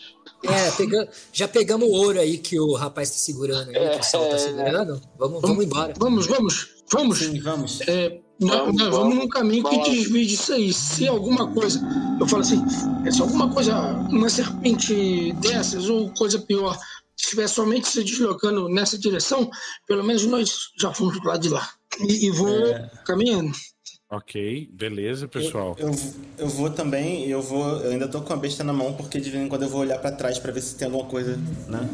Já pegamos o ouro aí que o rapaz está segurando aí, que o Sal tá segurando. Vamos embora. Vamos. Sim, vamos. Nós vamos num caminho que desvie disso aí. Se alguma coisa, eu falo assim, se alguma coisa, uma serpente dessas ou coisa pior, estiver somente se deslocando nessa direção, pelo menos nós já fomos do lado de lá. E vou caminhando. Ok, beleza, pessoal. Eu vou também, eu ainda tô com a besta na mão, porque de vez em quando eu vou olhar pra trás pra ver se tem alguma coisa, né?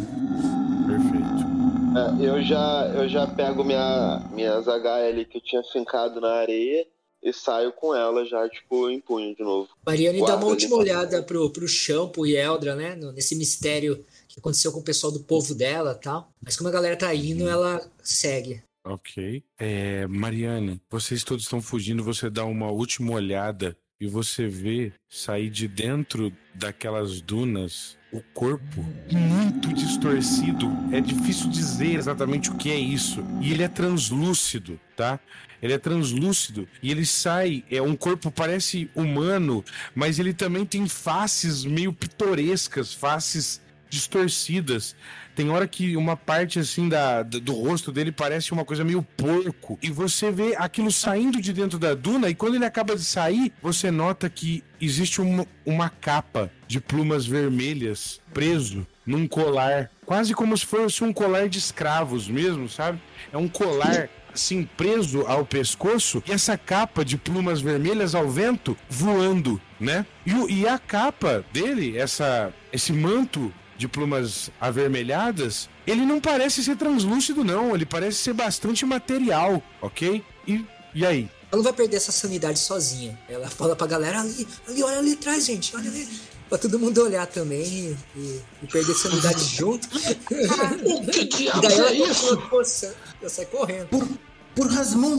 Perfeito. Eu já pego minhas HL que eu tinha fincado na areia e saio com ela já, tipo, em punho de novo. Mariane dá uma última olhada pro chão, pro Yeldra, né? Nesse mistério que aconteceu com o pessoal do povo dela e tal. Mas como a galera tá indo, ela segue. Ok. Mariane, vocês todos estão fugindo, você dá uma última olhada e você vê sair de dentro daquelas dunas o corpo muito distorcido. É difícil dizer exatamente o que é isso. E ele é translúcido, tá? Ele é translúcido e ele sai, um corpo parece humano, mas ele também tem faces meio pitorescas, faces distorcidas. Tem hora que uma parte assim do rosto dele parece uma coisa meio porco. E você vê aquilo saindo de dentro da duna e quando ele acaba de sair, você nota que existe uma capa de plumas vermelhas preso num colar. Quase como se fosse um colar de escravos mesmo, sabe? É um colar assim preso ao pescoço e essa capa de plumas vermelhas ao vento voando, né? E a capa dele, esse manto de plumas avermelhadas, ele não parece ser translúcido, não. Ele parece ser bastante material, ok? E aí? Ela não vai perder essa sanidade sozinha. Ela fala pra galera, ali, olha ali atrás, gente, olha ali. Pra todo mundo olhar também e perder sanidade junto. O que diabo e daí é isso? Poxa, ela sai correndo. Por Rasmon,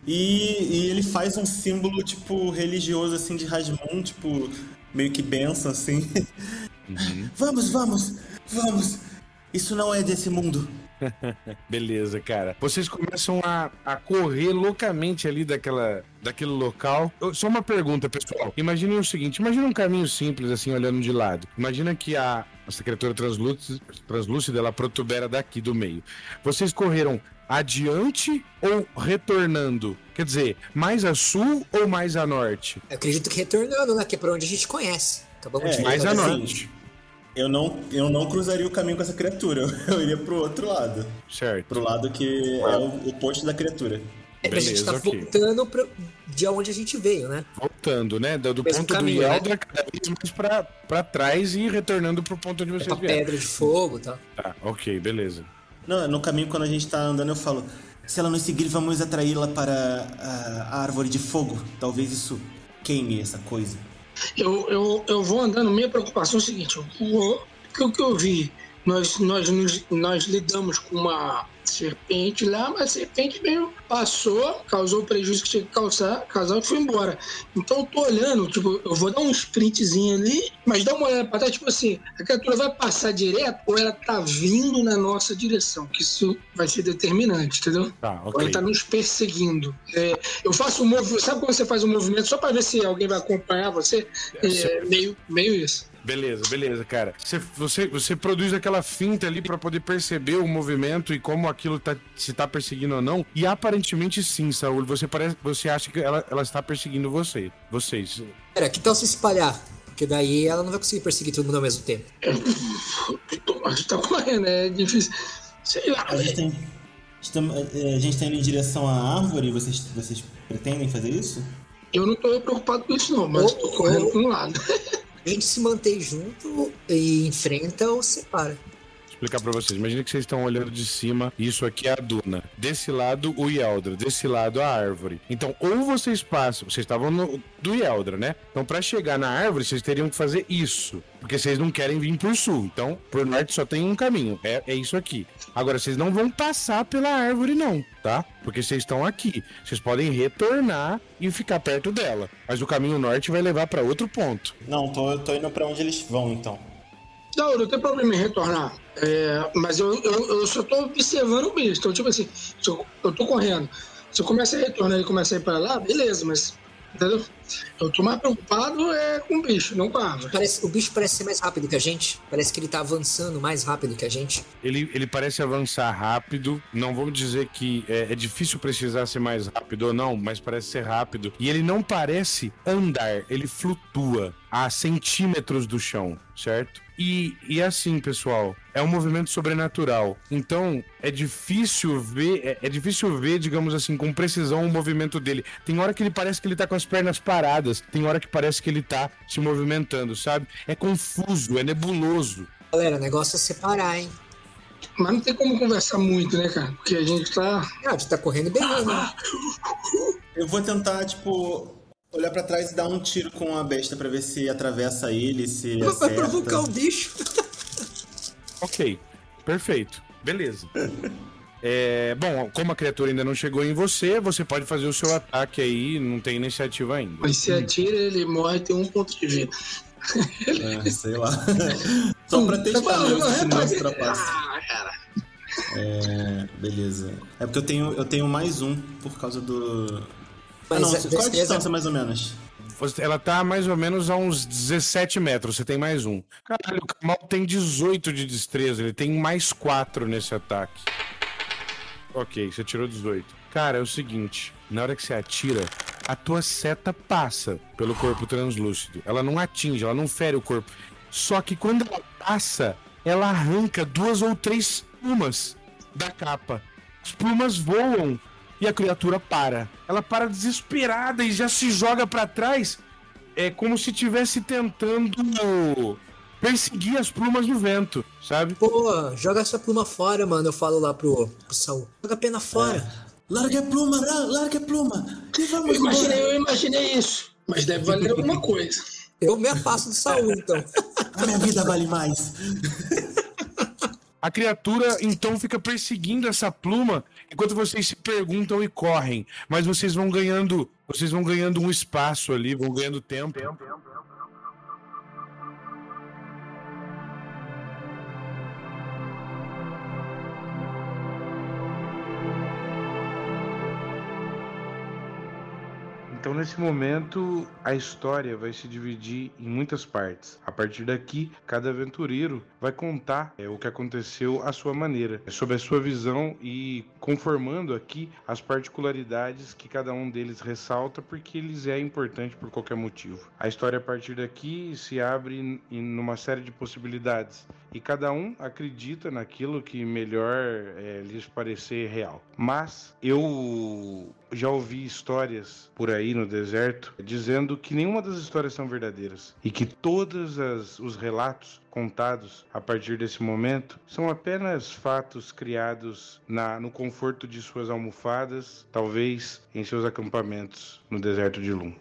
E ele faz um símbolo, tipo, religioso, assim, de Rasmun, tipo, meio que benção, assim. Uhum. Vamos! Isso não é desse mundo. Beleza, cara. Vocês começam a correr loucamente ali daquele local. Só uma pergunta, pessoal. Imaginem o seguinte, imagina um caminho simples, assim, olhando de lado. Imagina que essa criatura translúcida, ela protubera daqui do meio. Vocês correram adiante ou retornando? Quer dizer, mais a sul ou mais a norte? Eu acredito que retornando, né? Que é pra onde a gente conhece. Acabamos de mais a falar norte. Eu não cruzaria o caminho com essa criatura. Eu iria pro outro lado. Certo. Pro lado que é o oposto da criatura. A gente tá voltando de onde a gente veio, né? Voltando, né? Do Mesmo ponto caminho, do Yeldra, cada vez mais pra trás e retornando pro ponto onde vocês vieram. Pedra de fogo e tal. Tá, ok, beleza. Não, no caminho, quando a gente tá andando, eu falo: se ela nos seguir, vamos atraí-la para a árvore de fogo. Talvez isso queime essa coisa. Eu vou andando, minha preocupação é o seguinte, o que eu vi, nós lidamos com uma serpente lá, mas a serpente mesmo passou, causou o prejuízo que tinha que causar e foi embora. Então eu tô olhando, tipo, eu vou dar um sprintzinho ali, mas dá uma olhada pra trás, tipo assim, a criatura vai passar direto ou ela tá vindo na nossa direção, que isso vai ser determinante, entendeu? Tá, ok. Ou ela tá nos perseguindo. Eu faço um movimento, sabe quando você faz um movimento só pra ver se alguém vai acompanhar você? Meio isso. Beleza, cara. Você produz aquela finta ali pra poder perceber o movimento e como aquilo se tá perseguindo ou não. E aparentemente sim, Saúl. Você acha que ela está perseguindo vocês. Pera, que tal se espalhar? Porque daí ela não vai conseguir perseguir todo mundo ao mesmo tempo. A gente tá correndo, é difícil. Sei lá. A gente tá indo em direção à árvore. Vocês pretendem fazer isso? Eu não tô preocupado com isso não, mas tô correndo para um lado. A gente se mantém junto e enfrenta ou separa. Vou explicar pra vocês. Imagina que vocês estão olhando de cima, isso aqui é a duna. Desse lado, o Yeldra. Desse lado, a árvore. Então, ou vocês passam... Vocês estavam do Yeldra, né? Então, pra chegar na árvore, vocês teriam que fazer isso. Porque vocês não querem vir pro sul. Então, pro norte só tem um caminho. É isso aqui. Agora, vocês não vão passar pela árvore, não, tá? Porque vocês estão aqui. Vocês podem retornar e ficar perto dela. Mas o caminho norte vai levar pra outro ponto. Não, tô indo pra onde eles vão, então. Não tem problema em retornar. Mas eu só tô observando o bicho. Então, tipo assim, eu tô correndo. Se eu começar a retornar e começar a ir pra lá, beleza, mas... Entendeu? Eu tô mais preocupado com o bicho, não com a árvore. O bicho parece ser mais rápido que a gente. Parece que ele tá avançando mais rápido que a gente. Ele parece avançar rápido. Não vou dizer que é difícil precisar ser mais rápido ou não, mas parece ser rápido. E ele não parece andar, ele flutua a centímetros do chão, certo? E assim, pessoal, é um movimento sobrenatural. Então, é difícil ver, digamos assim, com precisão o movimento dele. Tem hora que ele parece que ele tá com as pernas paradas, tem hora que parece que ele tá se movimentando, sabe? É confuso, é nebuloso. Galera, o negócio é separar, hein? Mas não tem como conversar muito, né, cara? Porque a gente tá... A gente tá correndo bem, né? Eu vou tentar, olhar pra trás e dar um tiro com a besta pra ver se atravessa ele, se acerta. Vai provocar o bicho. Ok, perfeito. Beleza. Bom, como a criatura ainda não chegou em você pode fazer o seu ataque aí, não tem iniciativa ainda. Mas se atira, ele morre, tem 1 ponto de vida. Sei lá. Só pra testar mesmo, se não ultrapassa. Beleza. É porque eu tenho mais 1 por causa do... Mas qual é a distância, mais ou menos? Ela tá mais ou menos a uns 17 metros, você tem mais 1. Caralho, o Kamal tem 18 de destreza, ele tem mais 4 nesse ataque. Ok, você tirou 18. Cara, é o seguinte, na hora que você atira, a tua seta passa pelo corpo translúcido. Ela não atinge, ela não fere o corpo. Só que quando ela passa, ela arranca 2 ou 3 plumas da capa. As plumas voam. E a criatura para. Ela para desesperada e já se joga pra trás. É como se estivesse tentando perseguir as plumas no vento, sabe? Pô, joga essa pluma fora, mano. Eu falo lá pro Saul. Joga a pena fora. Larga a pluma, larga a pluma. E vamos eu imaginei isso. Mas deve valer alguma coisa. Eu me afasto do Saul, então. A minha vida vale mais. A criatura então fica perseguindo essa pluma enquanto vocês se perguntam e correm, mas vocês vão ganhando um espaço ali, vão ganhando tempo. Então, nesse momento, a história vai se dividir em muitas partes. A partir daqui, cada aventureiro vai contar o que aconteceu à sua maneira, sob a sua visão e conformando aqui as particularidades que cada um deles ressalta, porque eles é importante por qualquer motivo. A história, a partir daqui, se abre em uma série de possibilidades. E cada um acredita naquilo que melhor lhes parecer real. Mas eu já ouvi histórias por aí no deserto dizendo que nenhuma das histórias são verdadeiras e que todos os relatos contados a partir desse momento são apenas fatos criados no conforto de suas almofadas, talvez em seus acampamentos no deserto de Lum.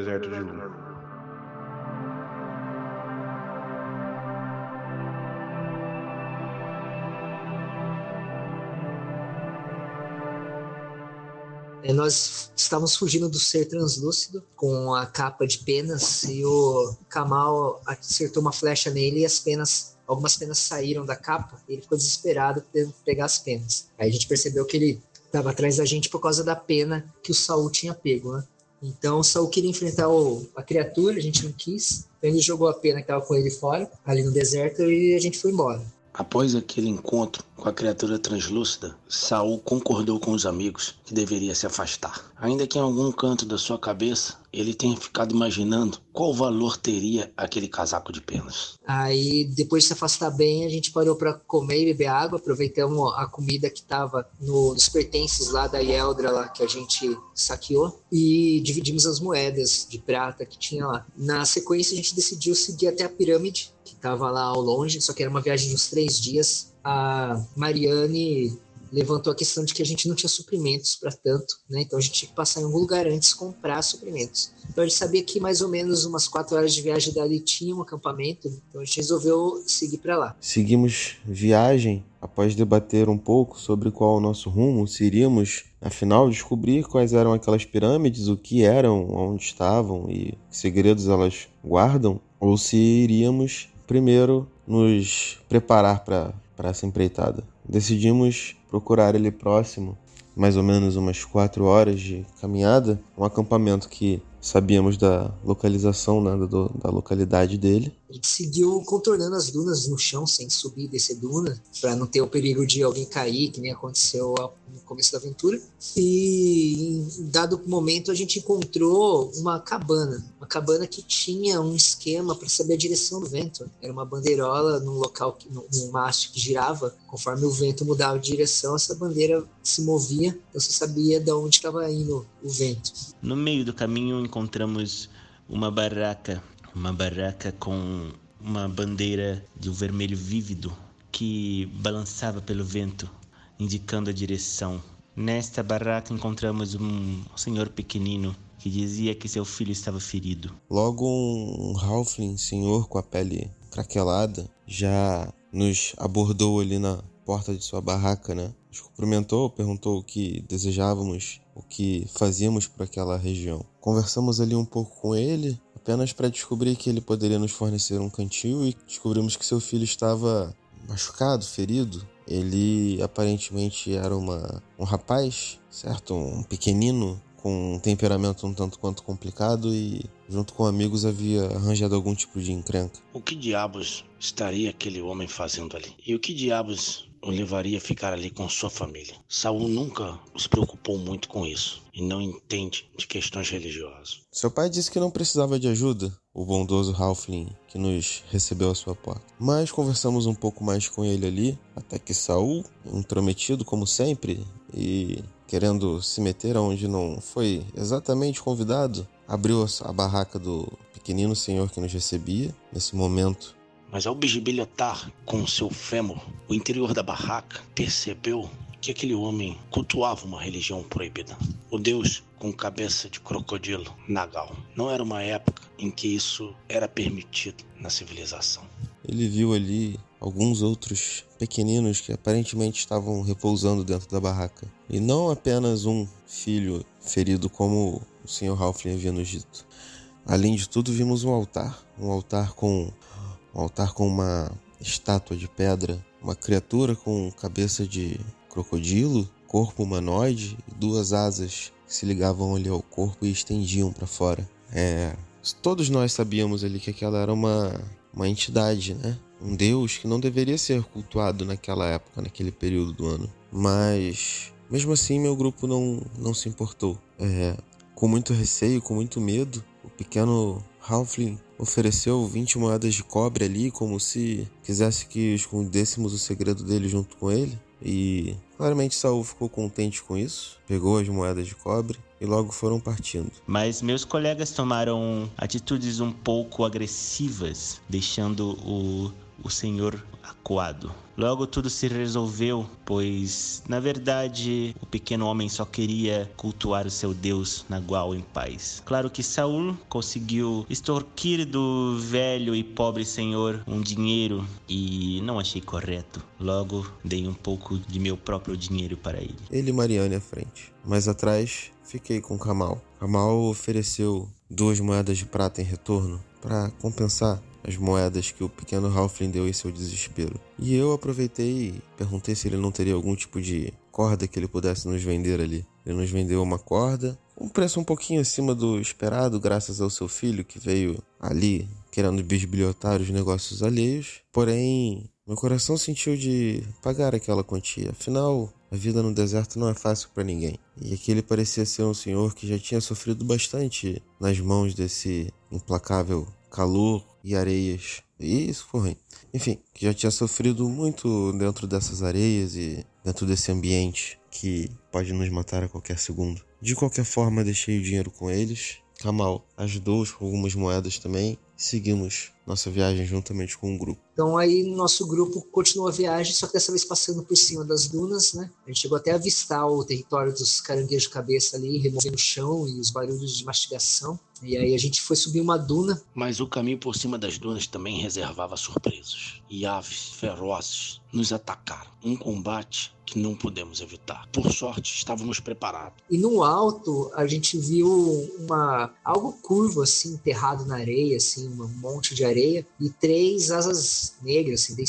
Nós estávamos fugindo do ser translúcido com a capa de penas e o Kamal acertou uma flecha nele e algumas penas saíram da capa e ele ficou desesperado tentando pegar as penas. Aí a gente percebeu que ele estava atrás da gente por causa da pena que o Saul tinha pego, né? Então o Saul queria enfrentar a criatura, a gente não quis, então ele jogou a pena que estava com ele fora, ali no deserto, e a gente foi embora. Após aquele encontro com a criatura translúcida, Saul concordou com os amigos que deveria se afastar. Ainda que em algum canto da sua cabeça, ele tenha ficado imaginando qual valor teria aquele casaco de penas. Aí, depois de se afastar bem, a gente parou para comer e beber água, aproveitamos a comida que estava nos pertences lá da Yeldra, lá, que a gente saqueou, e dividimos as moedas de prata que tinha lá. Na sequência, a gente decidiu seguir até a pirâmide, que estava lá ao longe, só que era uma viagem de uns 3 dias. A Mariane levantou a questão de que a gente não tinha suprimentos para tanto, né? Então a gente tinha que passar em algum lugar antes comprar suprimentos. Então a gente sabia que mais ou menos umas 4 horas de viagem dali tinha um acampamento, então a gente resolveu seguir para lá. Seguimos viagem após debater um pouco sobre qual o nosso rumo, se iríamos, afinal, descobrir quais eram aquelas pirâmides, o que eram, onde estavam e que segredos elas guardam, ou se iríamos primeiro nos preparar para essa empreitada. Decidimos procurar ali próximo, mais ou menos umas 4 horas de caminhada, um acampamento que sabíamos da localização, né, da localidade dele. A gente seguiu contornando as dunas no chão, sem subir e descer duna, para não ter o perigo de alguém cair, que nem aconteceu no começo da aventura. E em dado momento a gente encontrou uma cabana que tinha um esquema para saber a direção do vento. Era uma bandeirola num local, num mastro que girava, conforme o vento mudava de direção, essa bandeira se movia, então você sabia de onde estava indo o vento. No meio do caminho encontramos uma barraca com uma bandeira de um vermelho vívido que balançava pelo vento, indicando a direção. Nesta barraca encontramos um senhor pequenino que dizia que seu filho estava ferido. Logo um halfling senhor com a pele craquelada já nos abordou ali na porta de sua barraca, né? Nos cumprimentou, perguntou o que desejávamos, o que fazíamos por aquela região. Conversamos ali um pouco com ele, apenas para descobrir que ele poderia nos fornecer um cantil, e descobrimos que seu filho estava machucado, ferido. Ele aparentemente era um rapaz, certo? Um pequenino com um temperamento um tanto quanto complicado e, junto com amigos, havia arranjado algum tipo de encrenca. O que diabos estaria aquele homem fazendo ali? E o que diabos o levaria a ficar ali com sua família? Saul nunca se preocupou muito com isso e não entende de questões religiosas. Seu pai disse que não precisava de ajuda, o bondoso halfling que nos recebeu à sua porta. Mas conversamos um pouco mais com ele ali, até que Saul, intrometido como sempre e querendo se meter onde não foi exatamente convidado, abriu a barraca do pequenino senhor que nos recebia nesse momento. Mas ao bisbilhotar com seu fêmur o interior da barraca, percebeu que aquele homem cultuava uma religião proibida. O deus com cabeça de crocodilo, Nagal. Não era uma época em que isso era permitido na civilização. ele viu ali alguns outros pequeninos que aparentemente estavam repousando dentro da barraca. E não apenas um filho ferido como o Sr. Halfling havia nos dito. Além de tudo, vimos um altar com uma estátua de pedra, uma criatura com cabeça de crocodilo, corpo humanoide e 2 asas que se ligavam ali ao corpo e estendiam para fora. Todos nós sabíamos ali que aquela era uma entidade, né? Um deus que não deveria ser cultuado naquela época, naquele período do ano. Mas, mesmo assim, meu grupo não se importou. Com muito receio, com muito medo, o pequeno Halfling ofereceu 20 moedas de cobre ali, como se quisesse que escondêssemos o segredo dele junto com ele. E claramente Saul ficou contente com isso, pegou as moedas de cobre e logo foram partindo. Mas meus colegas tomaram atitudes um pouco agressivas, deixando o senhor acuado. Logo tudo se resolveu, pois, na verdade, o pequeno homem só queria cultuar o seu Deus Nagual em paz. Claro que Saul conseguiu extorquir do velho e pobre senhor um dinheiro e não achei correto. Logo, dei um pouco de meu próprio dinheiro para ele. Ele e Mariane à frente. Mais atrás, fiquei com Kamal. Kamal ofereceu 2 moedas de prata em retorno para compensar as moedas que o pequeno Halfling deu em seu desespero. E eu aproveitei e perguntei se ele não teria algum tipo de corda que ele pudesse nos vender ali. Ele nos vendeu uma corda, um preço um pouquinho acima do esperado, graças ao seu filho que veio ali querendo bisbilhotar os negócios alheios. Porém, meu coração sentiu de pagar aquela quantia. Afinal, a vida no deserto não é fácil para ninguém. E aquele parecia ser um senhor que já tinha sofrido bastante nas mãos desse implacável calor e areias. E isso foi ruim. Enfim, que já tinha sofrido muito dentro dessas areias e dentro desse ambiente que pode nos matar a qualquer segundo. De qualquer forma, deixei o dinheiro com eles. Kamal ajudou-os com algumas moedas também. Seguimos nossa viagem juntamente com um grupo. Então aí nosso grupo continuou a viagem, só que dessa vez passando por cima das dunas, né? A gente chegou até a avistar o território dos caranguejos de cabeça ali, removendo o chão e os barulhos de mastigação. E aí a gente foi subir uma duna. Mas o caminho por cima das dunas também reservava surpresas. E aves ferozes nos atacaram. Um combate que não pudemos evitar. Por sorte, estávamos preparados. E no alto a gente viu algo curvo assim, enterrado na areia, assim, um monte de areia, e 3 asas negras, assim,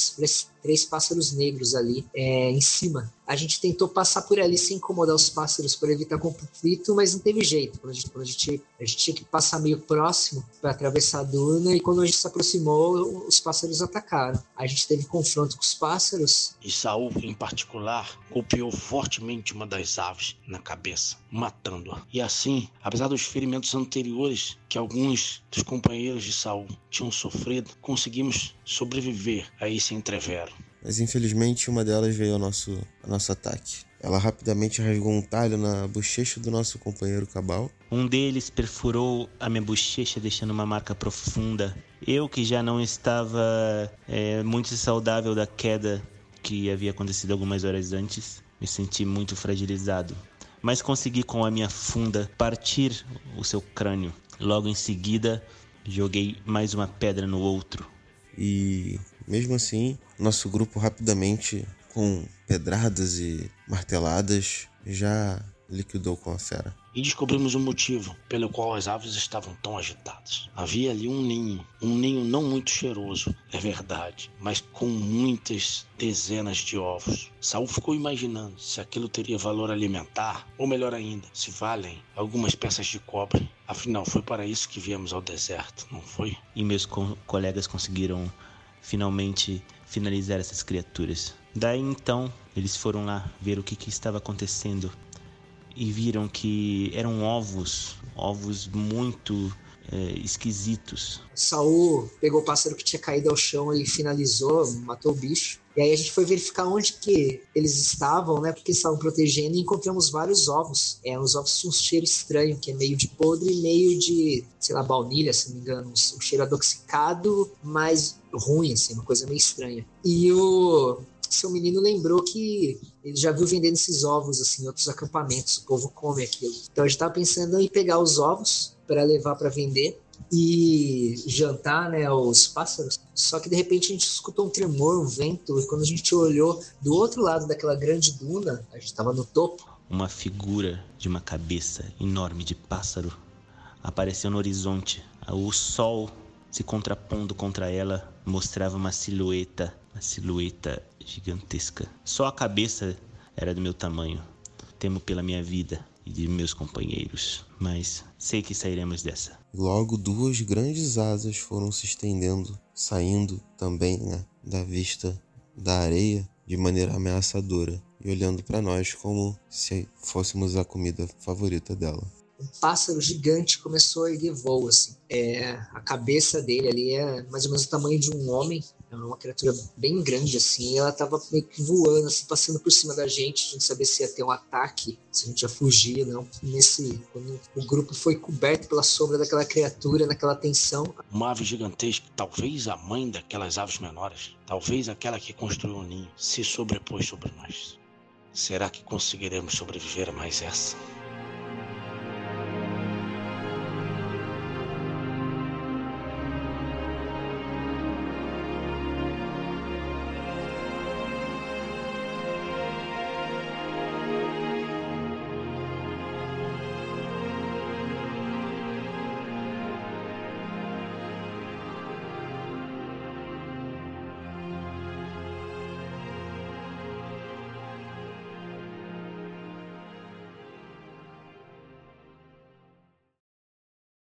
3 pássaros negros ali em cima. A gente tentou passar por ali sem incomodar os pássaros para evitar conflito, mas não teve jeito. A gente tinha que passar meio próximo para atravessar a duna, e quando a gente se aproximou, os pássaros atacaram. A gente teve confronto com os pássaros. E Saul, em particular, golpeou fortemente uma das aves na cabeça, matando-a. E assim, apesar dos ferimentos anteriores que alguns dos companheiros de Saul tinham sofrido, conseguimos sobreviver a esse entrevero. Mas infelizmente uma delas veio ao nosso ataque. Ela rapidamente rasgou um talho na bochecha do nosso companheiro Cabal. Um deles perfurou a minha bochecha, deixando uma marca profunda. Eu, que já não estava muito saudável da queda que havia acontecido algumas horas antes, me senti muito fragilizado. Mas consegui com a minha funda partir o seu crânio. Logo em seguida, joguei mais uma pedra no outro. E mesmo assim, nosso grupo rapidamente, com pedradas e marteladas, já liquidou com a fera. E descobrimos o motivo pelo qual as aves estavam tão agitadas. Havia ali um ninho não muito cheiroso, é verdade, mas com muitas dezenas de ovos. Saul ficou imaginando se aquilo teria valor alimentar, ou melhor ainda, se valem algumas peças de cobre. Afinal, foi para isso que viemos ao deserto, não foi? E meus colegas conseguiram finalmente finalizar essas criaturas. Daí então, eles foram lá ver o que estava acontecendo e viram que eram ovos muito esquisitos. Saul pegou o pássaro que tinha caído ao chão e finalizou, matou o bicho. E aí a gente foi verificar onde que eles estavam, né? Porque eles estavam protegendo, e encontramos vários ovos. Os ovos tinham um cheiro estranho, que é meio de podre e meio de, sei lá, baunilha, se não me engano. Um cheiro adocicado, mas ruim, assim, uma coisa meio estranha. E o seu menino lembrou que ele já viu vendendo esses ovos assim, em outros acampamentos. O povo come aquilo. Então a gente estava pensando em pegar os ovos para levar para vender. e jantar, né, os pássaros. Só que de repente a gente escutou um tremor, um vento, e quando a gente olhou do outro lado daquela grande duna, a gente estava no topo. Uma figura de uma cabeça enorme de pássaro apareceu no horizonte. O sol se contrapondo contra ela mostrava uma silhueta gigantesca. Só a cabeça era do meu tamanho. Temo pela minha vida e de meus companheiros, mas sei que sairemos dessa. Logo 2 grandes asas foram se estendendo, saindo também, né, da vista da areia de maneira ameaçadora e olhando para nós como se fôssemos a comida favorita dela. Um pássaro gigante começou a erguer voo, assim. A cabeça dele ali é mais ou menos o tamanho de um homem, é uma criatura bem grande, assim, e ela tava meio que voando, assim, passando por cima da gente, a gente sabia se ia ter um ataque, se a gente ia fugir, não. Quando o grupo foi coberto pela sombra daquela criatura, naquela tensão. Uma ave gigantesca, talvez a mãe daquelas aves menores, talvez aquela que construiu o ninho, se sobrepôs sobre nós. Será que conseguiremos sobreviver a mais essa?